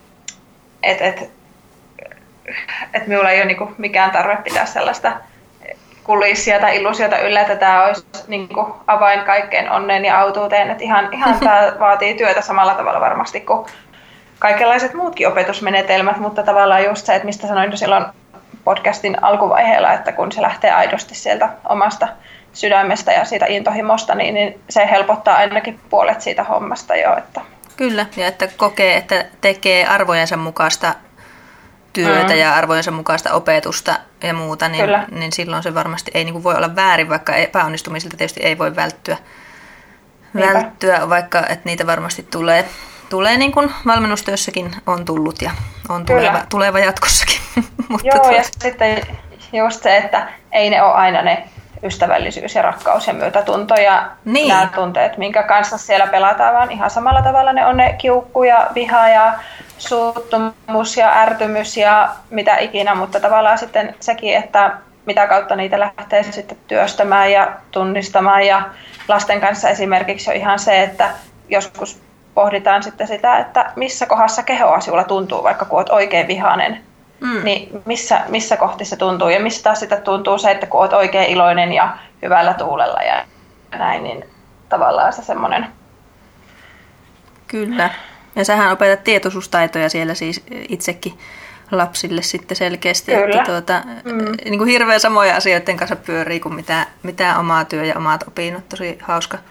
minulla ei ole niin kuin mikään tarve pitää sellaista kulissia tai illuusiota yllä, että tämä olisi niin kuin avain kaikkeen onneen ja autuuteen. Että ihan tämä vaatii työtä samalla tavalla varmasti kuin kaikenlaiset muutkin opetusmenetelmät, mutta tavallaan just se, että mistä sanoin jo silloin podcastin alkuvaiheella, että kun se lähtee aidosti sieltä omasta sydämestä ja siitä intohimosta, niin se helpottaa ainakin puolet siitä hommasta jo. Että. Kyllä, ja että kokee, että tekee arvojensa mukaista työtä ja arvojensa mukaista opetusta ja muuta, niin silloin se varmasti ei niin kuin voi olla väärin, vaikka epäonnistumisilta tietysti ei voi välttyä, vaikka että niitä varmasti tulee niin kuin valmennustyössäkin on tullut ja on tuleva jatkossakin. Joo, ja sitten just se, että ei ne ole aina ne ystävällisyys ja rakkaus ja myötätunto ja nämä tunteet, minkä kanssa siellä pelataan, vaan ihan samalla tavalla ne on ne kiukku ja viha ja suuttumus ja ärtymys ja mitä ikinä, mutta tavallaan sitten sekin, että mitä kautta niitä lähtee sitten työstämään ja tunnistamaan ja lasten kanssa esimerkiksi on ihan se, että joskus pohditaan sitten sitä, että missä kohdassa kehoa sinulla tuntuu, vaikka kun olet oikein vihainen, niin missä kohti se tuntuu ja mistä sitten tuntuu se, että kun olet oikein iloinen ja hyvällä tuulella ja näin, niin tavallaan se semmoinen. Kyllä. Ja sähän opetat tietoisuustaitoja siellä siis itsekin lapsille sitten selkeästi, Kyllä. että niin kuin hirveän samoja asioiden kanssa pyörii kuin mitä omaa työ ja omat opinnot. Tosi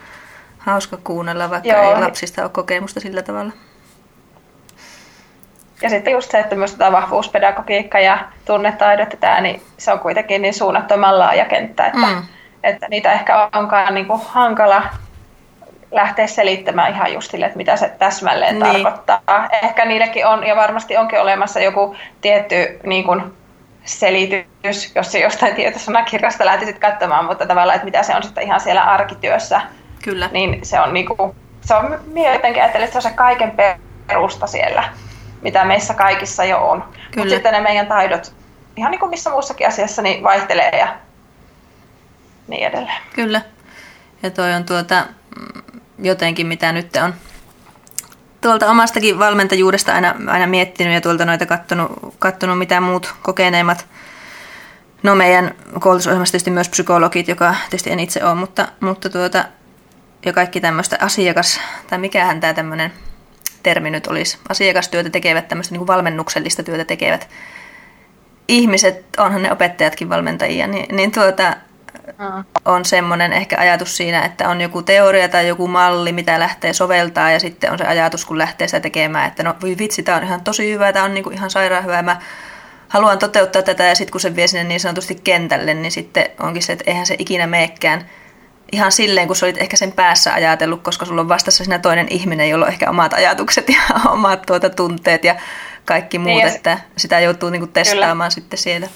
hauska kuunnella, vaikka ei lapsista ole kokemusta sillä tavalla. Ja sitten just se, että myös tämä vahvuuspedagogiikka ja tunnetaidot ja tämä, niin se on kuitenkin niin suunnattoman laaja kenttä, että niitä ehkä onkaan niin kuin hankala lähteä selittämään ihan just sille, että mitä se täsmälleen tarkoittaa. Ehkä niillekin on, ja varmasti onkin olemassa joku tietty niin kuin selitys, jos se jostain tietosanakirjasta lähtisit katsomaan, mutta tavallaan, että mitä se on sitten ihan siellä arkityössä. Kyllä. Niin se on niinku, minä jotenkin ajattelen, että se on se kaiken perusta siellä, mitä meissä kaikissa jo on. Mutta sitten ne meidän taidot, ihan niin kuin missä muussakin asiassa, niin vaihtelee ja niin edelleen. Kyllä. Ja toi on jotenkin, mitä nyt on tuolta omastakin valmentajuudesta aina miettinyt ja tuolta noita kattonut mitä muut kokeneimmat. No meidän koulutusohjelmassa tietysti myös psykologit, joka tietysti en itse ole, mutta ja kaikki tämmöistä tai mikähän tämä tämmöinen termi nyt olisi, asiakastyötä tekevät, tämmöistä niin kuin valmennuksellista työtä tekevät ihmiset, onhan ne opettajatkin valmentajia, niin on semmoinen ehkä ajatus siinä, että on joku teoria tai joku malli, mitä lähtee soveltaa ja sitten on se ajatus, kun lähtee sitä tekemään, että no voi vitsi, tämä on ihan tosi hyvä, tämä on niin kuin ihan sairaan hyvä, mä haluan toteuttaa tätä ja sitten kun se vie sinne niin sanotusti kentälle, niin sitten onkin se, että eihän se ikinä meekään ihan silleen, kun sä olit ehkä sen päässä ajatellut, koska sulla on vastassa siinä toinen ihminen, jolla on ehkä omat ajatukset ja omat tunteet ja kaikki muut, niin, että sitä joutuu niinku testaamaan sitten siellä.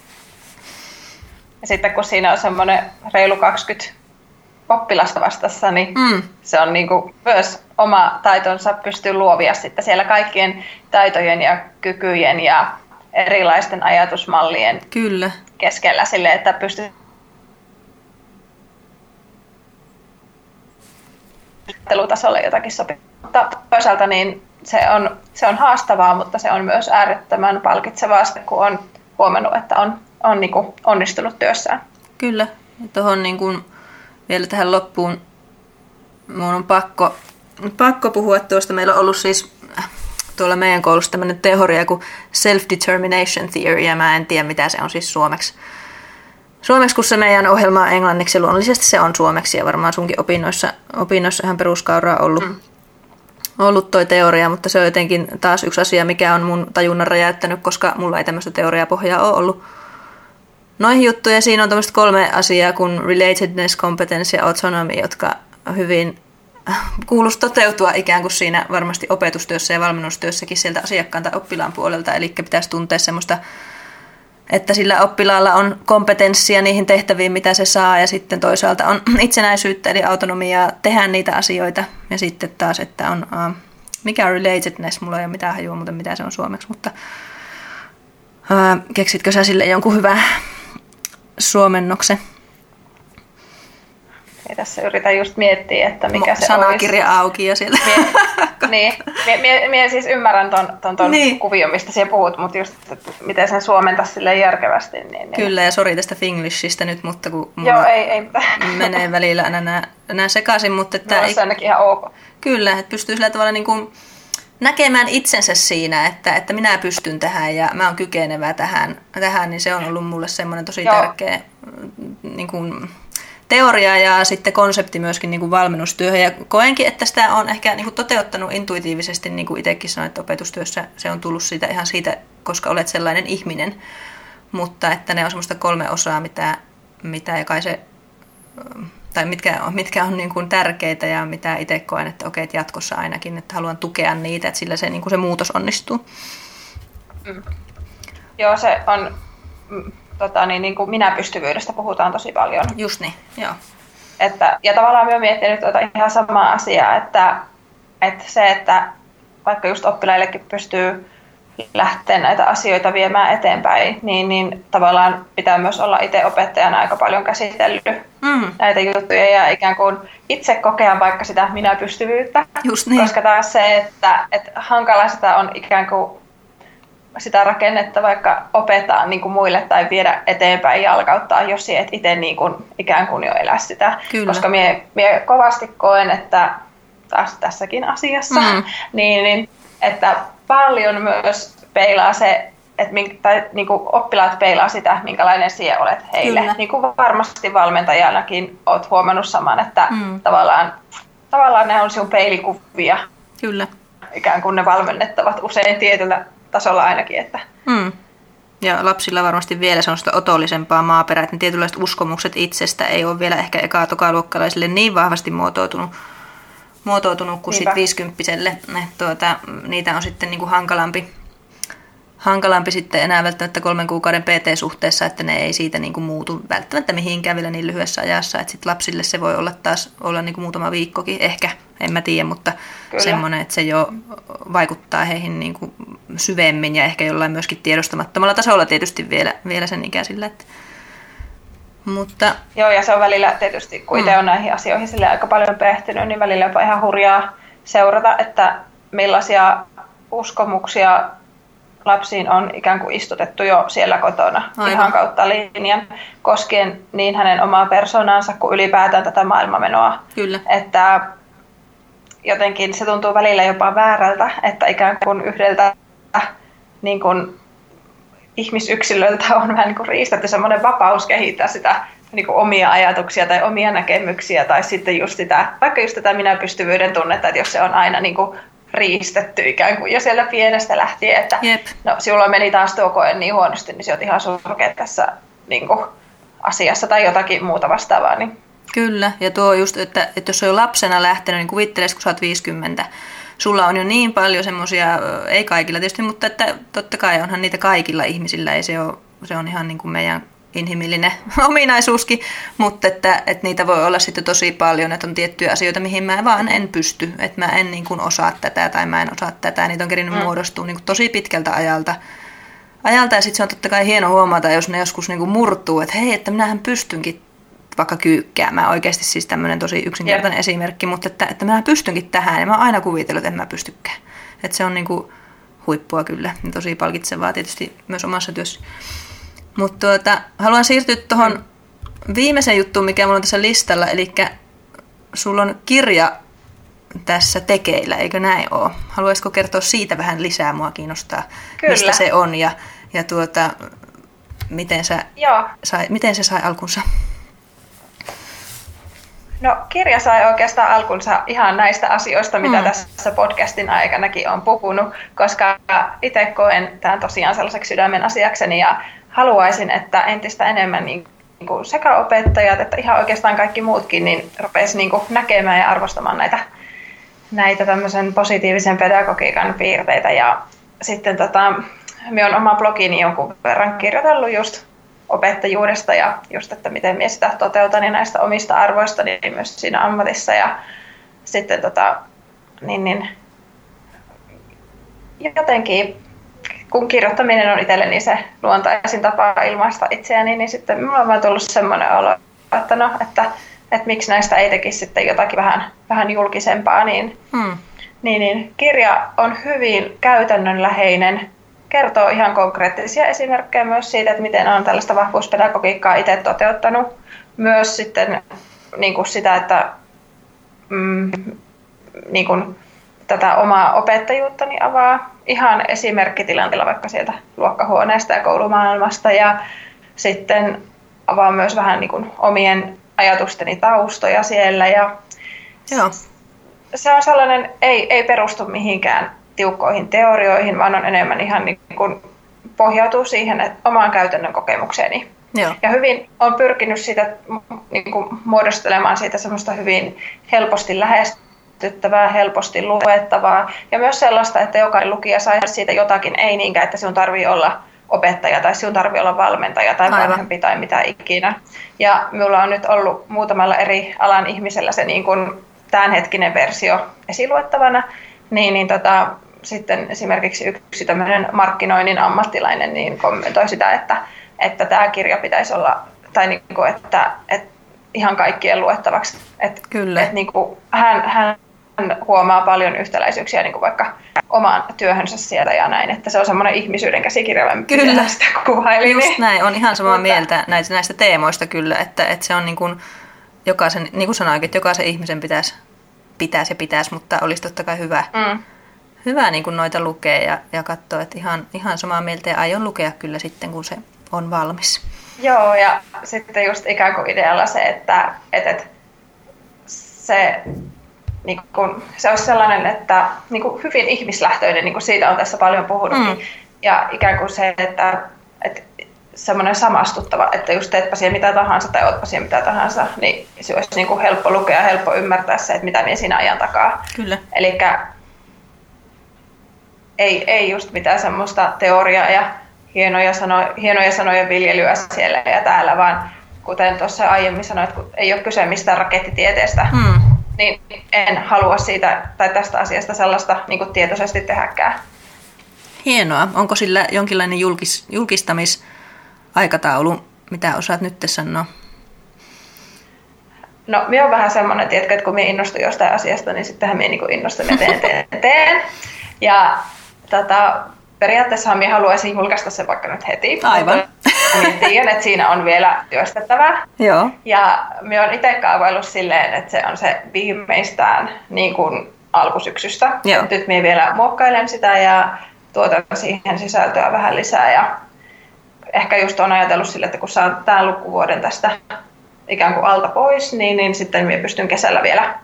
Ja sitten kun siinä on semmoinen reilu 20 oppilasta vastassa, niin se on niinku myös oma taitonsa pystyy luovia sitten siellä kaikkien taitojen ja kykyjen ja erilaisten ajatusmallien keskellä sille, että pystyy tasolle jotakin sopii. Mutta toisaalta niin se on haastavaa, mutta se on myös äärettömän palkitsevaa, kun on huomannut, että on niin kuin onnistunut työssään. Kyllä. Ja tuohon niin kuin vielä tähän loppuun minun on pakko puhua tuosta. Meillä on ollut siis tuolla meidän koulussa tämmöinen teoria kuin self-determination theory, ja mä en tiedä mitä se on siis suomeksi. Suomeksi, kun se meidän ohjelma on englanniksi, luonnollisesti se on suomeksi, ja varmaan sunkin opinnoissa ihan peruskauraa ollut toi teoria, mutta se on jotenkin taas yksi asia, mikä on mun tajunnan räjäyttänyt, koska mulla ei tämmöistä teoriapohjaa ole ollut noihin juttuihin. Siinä on tämmöistä 3 asiaa kuin relatedness, competence ja autonomy, jotka hyvin kuuluisi toteutua ikään kuin siinä varmasti opetustyössä ja valmennustyössäkin sieltä asiakkaan tai oppilaan puolelta, eli pitäisi tuntea semmoista, että sillä oppilaalla on kompetenssia niihin tehtäviin, mitä se saa, ja sitten toisaalta on itsenäisyyttä, eli autonomiaa tehdä niitä asioita, ja sitten taas, että on, mikä on relatedness, mulla ei ole mitään hajua muuten, mitä se on suomeksi, mutta keksitkö sä sille jonkun hyvän suomennoksen? Ja tässä yritän just miettiä, että mikä se sanakirja olisi. Auki ja sieltä. Mie siis ymmärrän ton niin kuvion, mistä siellä puhut, mutta just, että miten sen suomentaisi silleen järkevästi. Niin. Kyllä, ja sori tästä finglishistä nyt, mutta kun mulla ei menee välillä aina nämä sekaisin. Mutta että no, se on ainakin ihan ok. Kyllä, että pystyy sillä tavalla niin kuin näkemään itsensä siinä, että minä pystyn tähän ja mä oon kykenevä tähän, niin se on ollut mulle semmoinen tosi tärkeä niin kuin teoria ja sitten konsepti myöskin niin kuin valmennustyöhön. Ja koenkin, että sitä on ehkä niin kuin toteuttanut intuitiivisesti, niin kuin itsekin sanoin, että opetustyössä se on tullut siitä ihan siitä, koska olet sellainen ihminen. Mutta että ne on semmoista 3 osaa, mitä ja kai se, tai mitkä on niin kuin tärkeitä ja mitä itse koen, että okei, että jatkossa ainakin, että haluan tukea niitä, että sillä se, niin kuin se muutos onnistuu. Joo, se on niin kuin minäpystyvyydestä puhutaan tosi paljon. Just niin, joo. Ja tavallaan minä olen miettinyt ihan samaa asiaa, että se, että vaikka just oppilaillekin pystyy lähteä näitä asioita viemään eteenpäin, niin tavallaan pitää myös olla itse opettajana aika paljon käsitellyt näitä juttuja ja ikään kuin itse kokea vaikka sitä minäpystyvyyttä. Just niin. Koska taas se, että hankala sitä on ikään kuin sitä rakennetta vaikka opettaa niin kuin muille tai viedä eteenpäin ja jalkauttaa, jos et itse niin kuin, ikään kuin jo elä sitä. Kyllä. Koska mie kovasti koen, että taas tässäkin asiassa, niin, että paljon myös peilaa se, tai niin kuin oppilaat peilaa sitä, minkälainen sinä olet heille. Kyllä. Niin kuin varmasti valmentajanakin olet huomannut saman, että tavallaan ne on sinun peilikuvia. Kyllä. Ikään kuin ne valmennettavat usein tietyllä tasolla ainakin. Että. Ja lapsilla varmasti vielä semmoista otollisempaa maaperää, että ne tietynlaiset uskomukset itsestä ei ole vielä ehkä eka-tokaluokkalaisille niin vahvasti muotoutunut kuin sitten 50-vuotiaille. Niitä on sitten niin kuin hankalampi sitten enää välttämättä 3 kuukauden PT-suhteessa, että ne ei siitä niin kuin muutu välttämättä mihinkään vielä niin lyhyessä ajassa. Että sitten lapsille se voi olla niin kuin muutama viikkokin ehkä, en mä tiedä, mutta semmoinen, että se jo vaikuttaa heihin niin kuin syvemmin ja ehkä jollain myöskin tiedostamattomalla tasolla tietysti vielä sen ikäisillä. Mutta. Joo, ja se on välillä tietysti, kun itse on näihin asioihin sille aika paljon perehtynyt, niin välillä jopa ihan hurjaa seurata, että millaisia uskomuksia lapsiin on ikään kuin istutettu jo siellä kotona. Aivan. Ihan kautta linjan, koskien niin hänen omaa persoonansa kuin ylipäätään tätä maailmamenoa. Kyllä. Että jotenkin se tuntuu välillä jopa väärältä, että ikään kuin yhdeltä niin kuin ihmisyksilöltä on vähän niin kuin riistetty semmoinen vapaus kehittää sitä niin kuin omia ajatuksia tai omia näkemyksiä tai sitten just sitä, vaikka just tätä minäpystyvyyden tunnetta, että jos se on aina niin kuin riistetty ikään kuin jo siellä pienestä lähtien, että no sinulla meni taas tuo koe niin huonosti, niin sinä olet ihan surkea tässä niin kuin asiassa tai jotakin muuta vastaavaa. Niin. Kyllä, ja tuo just, että jos on jo lapsena lähtenyt, niin kuvittelesit, kun sä oot 50, sulla on jo niin paljon semmoisia, ei kaikilla tietysti, mutta että totta kai onhan niitä kaikilla ihmisillä, ei se on ihan niin kuin meidän inhimillinen ominaisuuskin, mutta että niitä voi olla sitten tosi paljon, että on tiettyjä asioita, mihin mä vaan en pysty, että mä en niin kuin osaa tätä tai mä en osaa tätä, niitä on kerinyt muodostua niin kuin tosi pitkältä ajalta ja sitten se on totta kai hieno huomata, jos ne joskus niin kuin murtuu, että hei, että minähän pystynkin vaikka kyykkäämään, oikeasti siis tämmöinen tosi yksinkertainen esimerkki, mutta että minä pystynkin tähän ja mä oon aina kuvitellut, että en mä pystykään, että se on niin kuin huippua kyllä ja tosi palkitsevaa tietysti myös omassa työssä. Mutta haluan siirtyä tuohon viimeiseen juttuun, mikä mulla on tässä listalla, eli sulla on kirja tässä tekeillä, eikö näin ole? Haluaisitko kertoa siitä vähän lisää? Mua kiinnostaa, kyllä. Mistä se on ja miten se sai alkunsa? No kirja sai oikeastaan alkunsa ihan näistä asioista, mitä tässä podcastin aikanakin on puhunut, koska itse koen tämän tosiaan sellaiseksi sydämen asiakseni ja haluaisin, että entistä enemmän niin kuin sekä opettajat että ihan oikeastaan kaikki muutkin niin rupesi niin kuin näkemään ja arvostamaan näitä tämmöisen positiivisen pedagogiikan piirteitä. Ja sitten minä olen oma blogini jonkun verran kirjoitellut just opettajuudesta ja just, että miten minä sitä toteutan ja näistä omista arvoista niin myös siinä ammatissa. Ja sitten jotenkin kun kirjoittaminen on itselleni se luontaisin tapa ilmaista itseäni, niin sitten minulla on vaan tullut semmoinen olo, että no, että miksi näistä ei tekisi sitten jotakin vähän julkisempaa. Niin kirja on hyvin käytännönläheinen, kertoo ihan konkreettisia esimerkkejä myös siitä, että miten on tällaista vahvuuspedagogiikkaa itse toteuttanut. Myös sitten niin kuin sitä, että niin kuin tätä omaa opettajuuttani avaa ihan esimerkkitilanteella vaikka sieltä luokkahuoneesta ja koulumaailmasta ja sitten avaa myös vähän niin kuin omien ajatusteni taustoja siellä ja joo. Se on sellainen, ei perustu mihinkään tiukkoihin teorioihin, vaan on enemmän ihan niin kuin pohjautuu siihen omaan käytännön kokemukseeni. Joo. Ja hyvin on pyrkinyt siitä niin kuin muodostelemaan siitä semmoista hyvin helposti lähestyttävää, helposti luettavaa ja myös sellaista, että jokainen lukija saisi siitä jotakin, ei niinkään, että sinun tarvitsee olla opettaja tai sinun tarvitsee olla valmentaja tai vanhempi tai mitä ikinä. Ja minulla on nyt ollut muutamalla eri alan ihmisellä se niin kuin tämänhetkinen versio esiluettavana, niin sitten esimerkiksi yksi tämmöinen markkinoinnin ammattilainen niin kommentoi sitä, että tämä kirja pitäisi olla, tai niin kuin, että ihan kaikkien luettavaksi. Kyllä. Että niin kuin hän huomaa paljon yhtäläisyyksiä niin kuin vaikka omaan työhönsä siellä ja näin, että se on semmoinen ihmisyyden käsikirja, kyllä. Sitä kuvaili. Just näin, on ihan samaa mieltä näistä teemoista kyllä, että se on niin kuin jokaisen, niin kuin sanoinkin, että jokaisen ihmisen pitäisi, mutta olisi totta kai hyvä niin kuin noita lukea ja katsoa, että ihan samaa mieltä ja aion lukea kyllä sitten, kun se on valmis. Joo, ja sitten just ikään kuin idealla se, että se, niin kuin, se olisi sellainen, että niin kuin hyvin ihmislähtöinen, niin kuin siitä on tässä paljon puhunut, Ja ikään kuin se, että semmoinen samastuttava, että just teetpä siihen mitä tahansa tai ootpa siihen mitä tahansa, niin se olisi niin kuin helppo lukea ja helppo ymmärtää se, että mitä minä siinä ajan takaa. Kyllä. Elikkä ei just mitään semmoista teoriaa ja hienoja sanoja viljelyä siellä ja täällä, vaan kuten tuossa aiemmin sanoit, kun ei ole kyse mistään rakettitieteestä, niin en halua siitä tai tästä asiasta sellaista niin kuin tietoisesti tehdäkään. Hienoa. Onko sillä jonkinlainen julkistamisaikataulu, mitä osaat nyt sanoa? No, minä olen vähän semmoinen, tiedätkö, että kun minä innostun jostain asiasta, niin sittenhän minä niin innostun ja teen. Ja periaatteessahan minä haluaisin julkaista sen vaikka nyt heti. Aivan. Minä tiedän, että siinä on vielä työstettävää. Joo. Ja minä olen itse kaavaillut silleen, että se on se viimeistään niin kuin alkusyksystä. Nyt minä vielä muokkailen sitä ja tuotan siihen sisältöä vähän lisää. Ja ehkä just olen ajatellut sille, että kun saan tämän lukuvuoden tästä ikään kuin alta pois, niin sitten minä pystyn kesällä vielä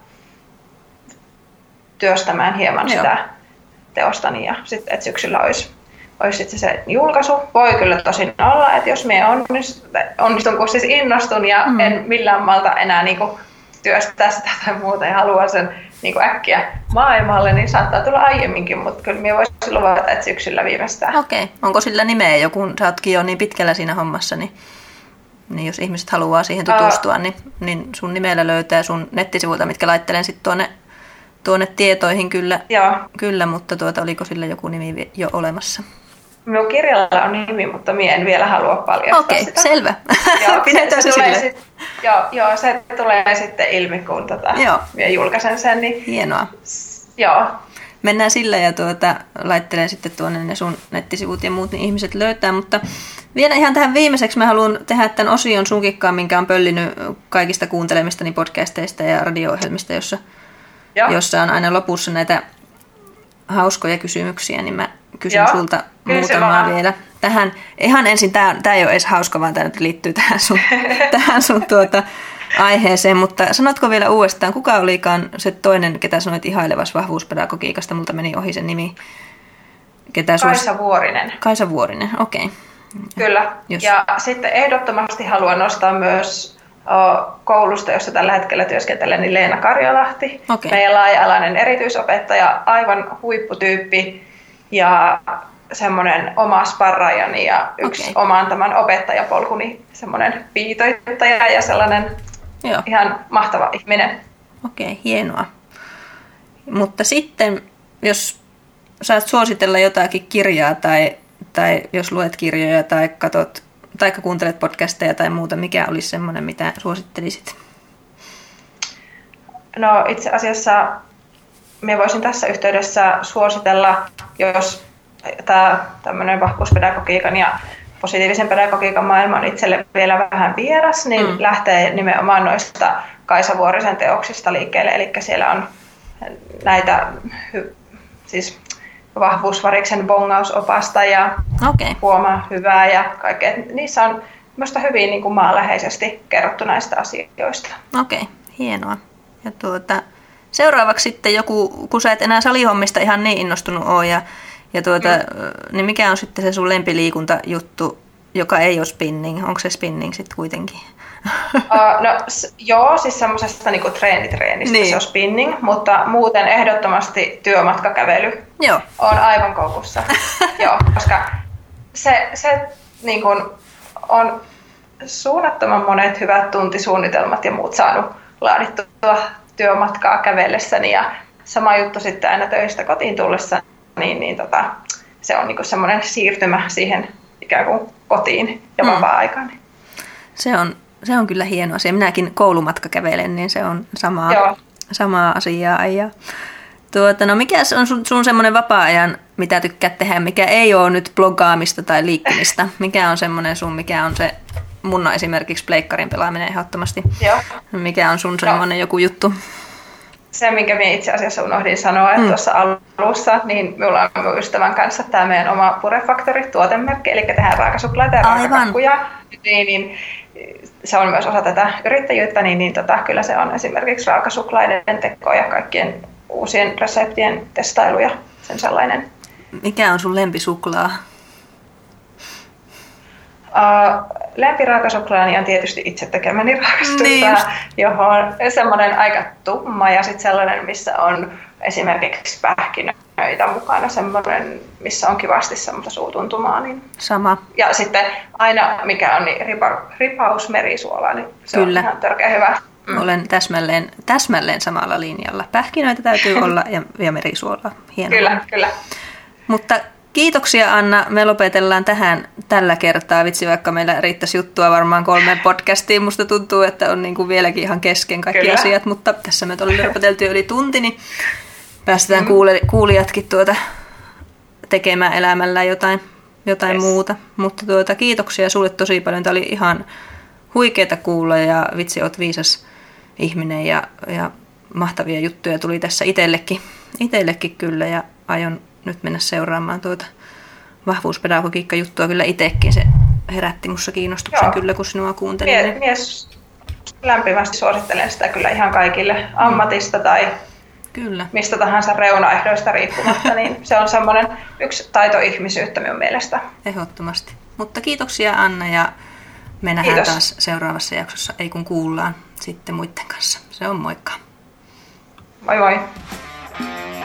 työstämään hieman sitä teostani ja sitten, että syksyllä olisi sitten se julkaisu. Voi kyllä tosin olla, että jos minä onnistun, kun siis innostun ja en millään malta enää niinku työstää sitä tai muuta ja haluan sen niinku äkkiä maailmalle, niin saattaa tulla aiemminkin, mutta kyllä minä voisin luvata, että syksyllä viimeistään. Okei. Onko sillä nimeä jo, kun sä ootkin jo niin pitkällä siinä hommassa, niin jos ihmiset haluaa siihen tutustua, niin sun nimellä löytää sun nettisivuilta, mitkä laittelen sitten tuonne tietoihin kyllä, mutta oliko sillä joku nimi jo olemassa? Minun kirjalla on nimi, mutta minä en vielä halua paljastaa sitä. Okei, selvä. Pidetään se sille. Se tulee sitten ilmi, kun minä julkaisen sen. Niin, hienoa. Joo. Mennään sillä ja laittelen sitten tuonne ne sun nettisivut ja muut, niin ihmiset löytää. Mutta vielä ihan tähän viimeiseksi mä haluan tehdä tämän osion sunkikkaan, minkä on pöllinyt kaikista kuuntelemistani podcasteista ja radio-ohjelmista, jossa on aina lopussa näitä hauskoja kysymyksiä, niin mä kysyn sulta muutamaa vielä. Tähän, ihan ensin, tämä ei ole edes hauska, vaan tämä nyt liittyy tähän sun aiheeseen, mutta sanotko vielä uudestaan, kuka olikaan se toinen, ketä sanoit ihailevas vahvuuspedagogiikasta, multa meni ohi sen nimi. Kaisa Vuorinen. Kaisa Vuorinen, okei. Okay. Kyllä, ja sitten ehdottomasti haluan nostaa myös koulusta, jossa tällä hetkellä työskentelen, niin Leena Karjalahti. Okay. Meidän laaja-alainen erityisopettaja, aivan huipputyyppi ja semmoinen oma sparraajani ja yksi oman tämän opettajapolkuni semmoinen viitoittaja ja sellainen ihan mahtava ihminen. Okei, hienoa. Mutta sitten, jos saat suositella jotakin kirjaa tai jos luet kirjoja tai katot tai kuuntelet podcasteja tai muuta, mikä olisi semmoinen, mitä suosittelisit? No itse asiassa minä voisin tässä yhteydessä suositella, jos tämä tämmöinen vahvuuspedagogiikan ja positiivisen pedagogiikan maailma on itselle vielä vähän vieras, niin lähtee nimenomaan noista Kaisa Vuorisen teoksista liikkeelle. Eli siellä on näitä siis vahvuusvariksen bongausopasta ja huomaa hyvää ja kaikkea. Niissä on minusta hyvin niin kuin maanläheisesti kerrottu näistä asioista. Okei, hienoa. Ja seuraavaksi sitten joku, kun sä et enää salihommista ihan niin innostunut ole, niin mikä on sitten se sun lempiliikuntajuttu, joka ei ole spinning? Onko se spinning sitten kuitenkin? Siis semmoisesta niinku treenitreenistä se on spinning, mutta muuten ehdottomasti työmatkakävely on aivan koukussa. Joo, koska se niin kun on suunnattoman monet hyvät tuntisuunnitelmat ja muut saanut laadittua työmatkaa kävellessäni ja sama juttu sitten aina töistä kotiin tullessa, niin se on niinku semmoinen siirtymä siihen ikään kuin kotiin ja vapaa-aikaan. Se on kyllä hieno asia. Minäkin koulumatka kävelen, niin se on samaa asiaa. Ja mikä on sun semmoinen vapaa-ajan, mitä tykkäät tehdä, mikä ei ole nyt bloggaamista tai liikkumista? Mikä on semmoinen mikä on se, mun on esimerkiksi pleikkarin pelaaminen ehdottomasti. Joo. Mikä on sun semmoinen joku juttu? Se, minkä minä itse asiassa unohdin sanoa, että tuossa alussa, niin minulla on minun ystävän kanssa tämä meidän oma Purefactory-tuotemerkki, eli tehdään raakasuklaita ja raakakakkuja. Niin, se on myös osa tätä yrittäjyyttä, niin kyllä se on esimerkiksi raakasuklaiden teko ja kaikkien uusien reseptien testailu ja sen sellainen. Mikä on sun lempisuklaa? Lempiraakasuklaani on tietysti itse tekemäni raakastusta, Niin johon semmoinen aika tumma ja sitten sellainen, missä on esimerkiksi pähkinöitä mukana, semmoinen, missä on kivasti semmoista suutuntumaa. Niin. Sama. Ja sitten aina, mikä on niin ripaus merisuolaa, niin se Kyllä. on ihan törkeä hyvä. Olen täsmälleen samalla linjalla. Pähkinöitä täytyy olla ja merisuolaa. Hienoa. Kyllä. Mutta kiitoksia Anna. Me lopetellaan tähän tällä kertaa. Vitsi, vaikka meillä riittäisi juttua varmaan 3 podcastiin. Musta tuntuu, että on niin kuin vieläkin ihan kesken kaikki asiat, mutta tässä me oli lopeteltu yli tunti, niin päästetään kuulijatkin tekemään elämällä jotain muuta. Mutta kiitoksia sulle tosi paljon. Tämä oli ihan huikeeta kuulla ja vitsi, oot viisas ihminen ja mahtavia juttuja tuli tässä itsellekin kyllä ja aion nyt mennä seuraamaan vahvuuspedagogiikka-juttua kyllä itsekin. Se herätti musta kiinnostuksen kyllä, kun sinua kuuntelin. Mies lämpimästi suosittelen sitä kyllä ihan kaikille ammatista tai kyllä. Mistä tahansa reunaehdoista riippumatta, niin se on semmoinen yksi taito ihmisyyttä minun mielestä. Ehdottomasti. Mutta kiitoksia Anna ja me nähdään taas seuraavassa jaksossa, ei kun kuullaan sitten muiden kanssa. Se on moikka. Moi moi.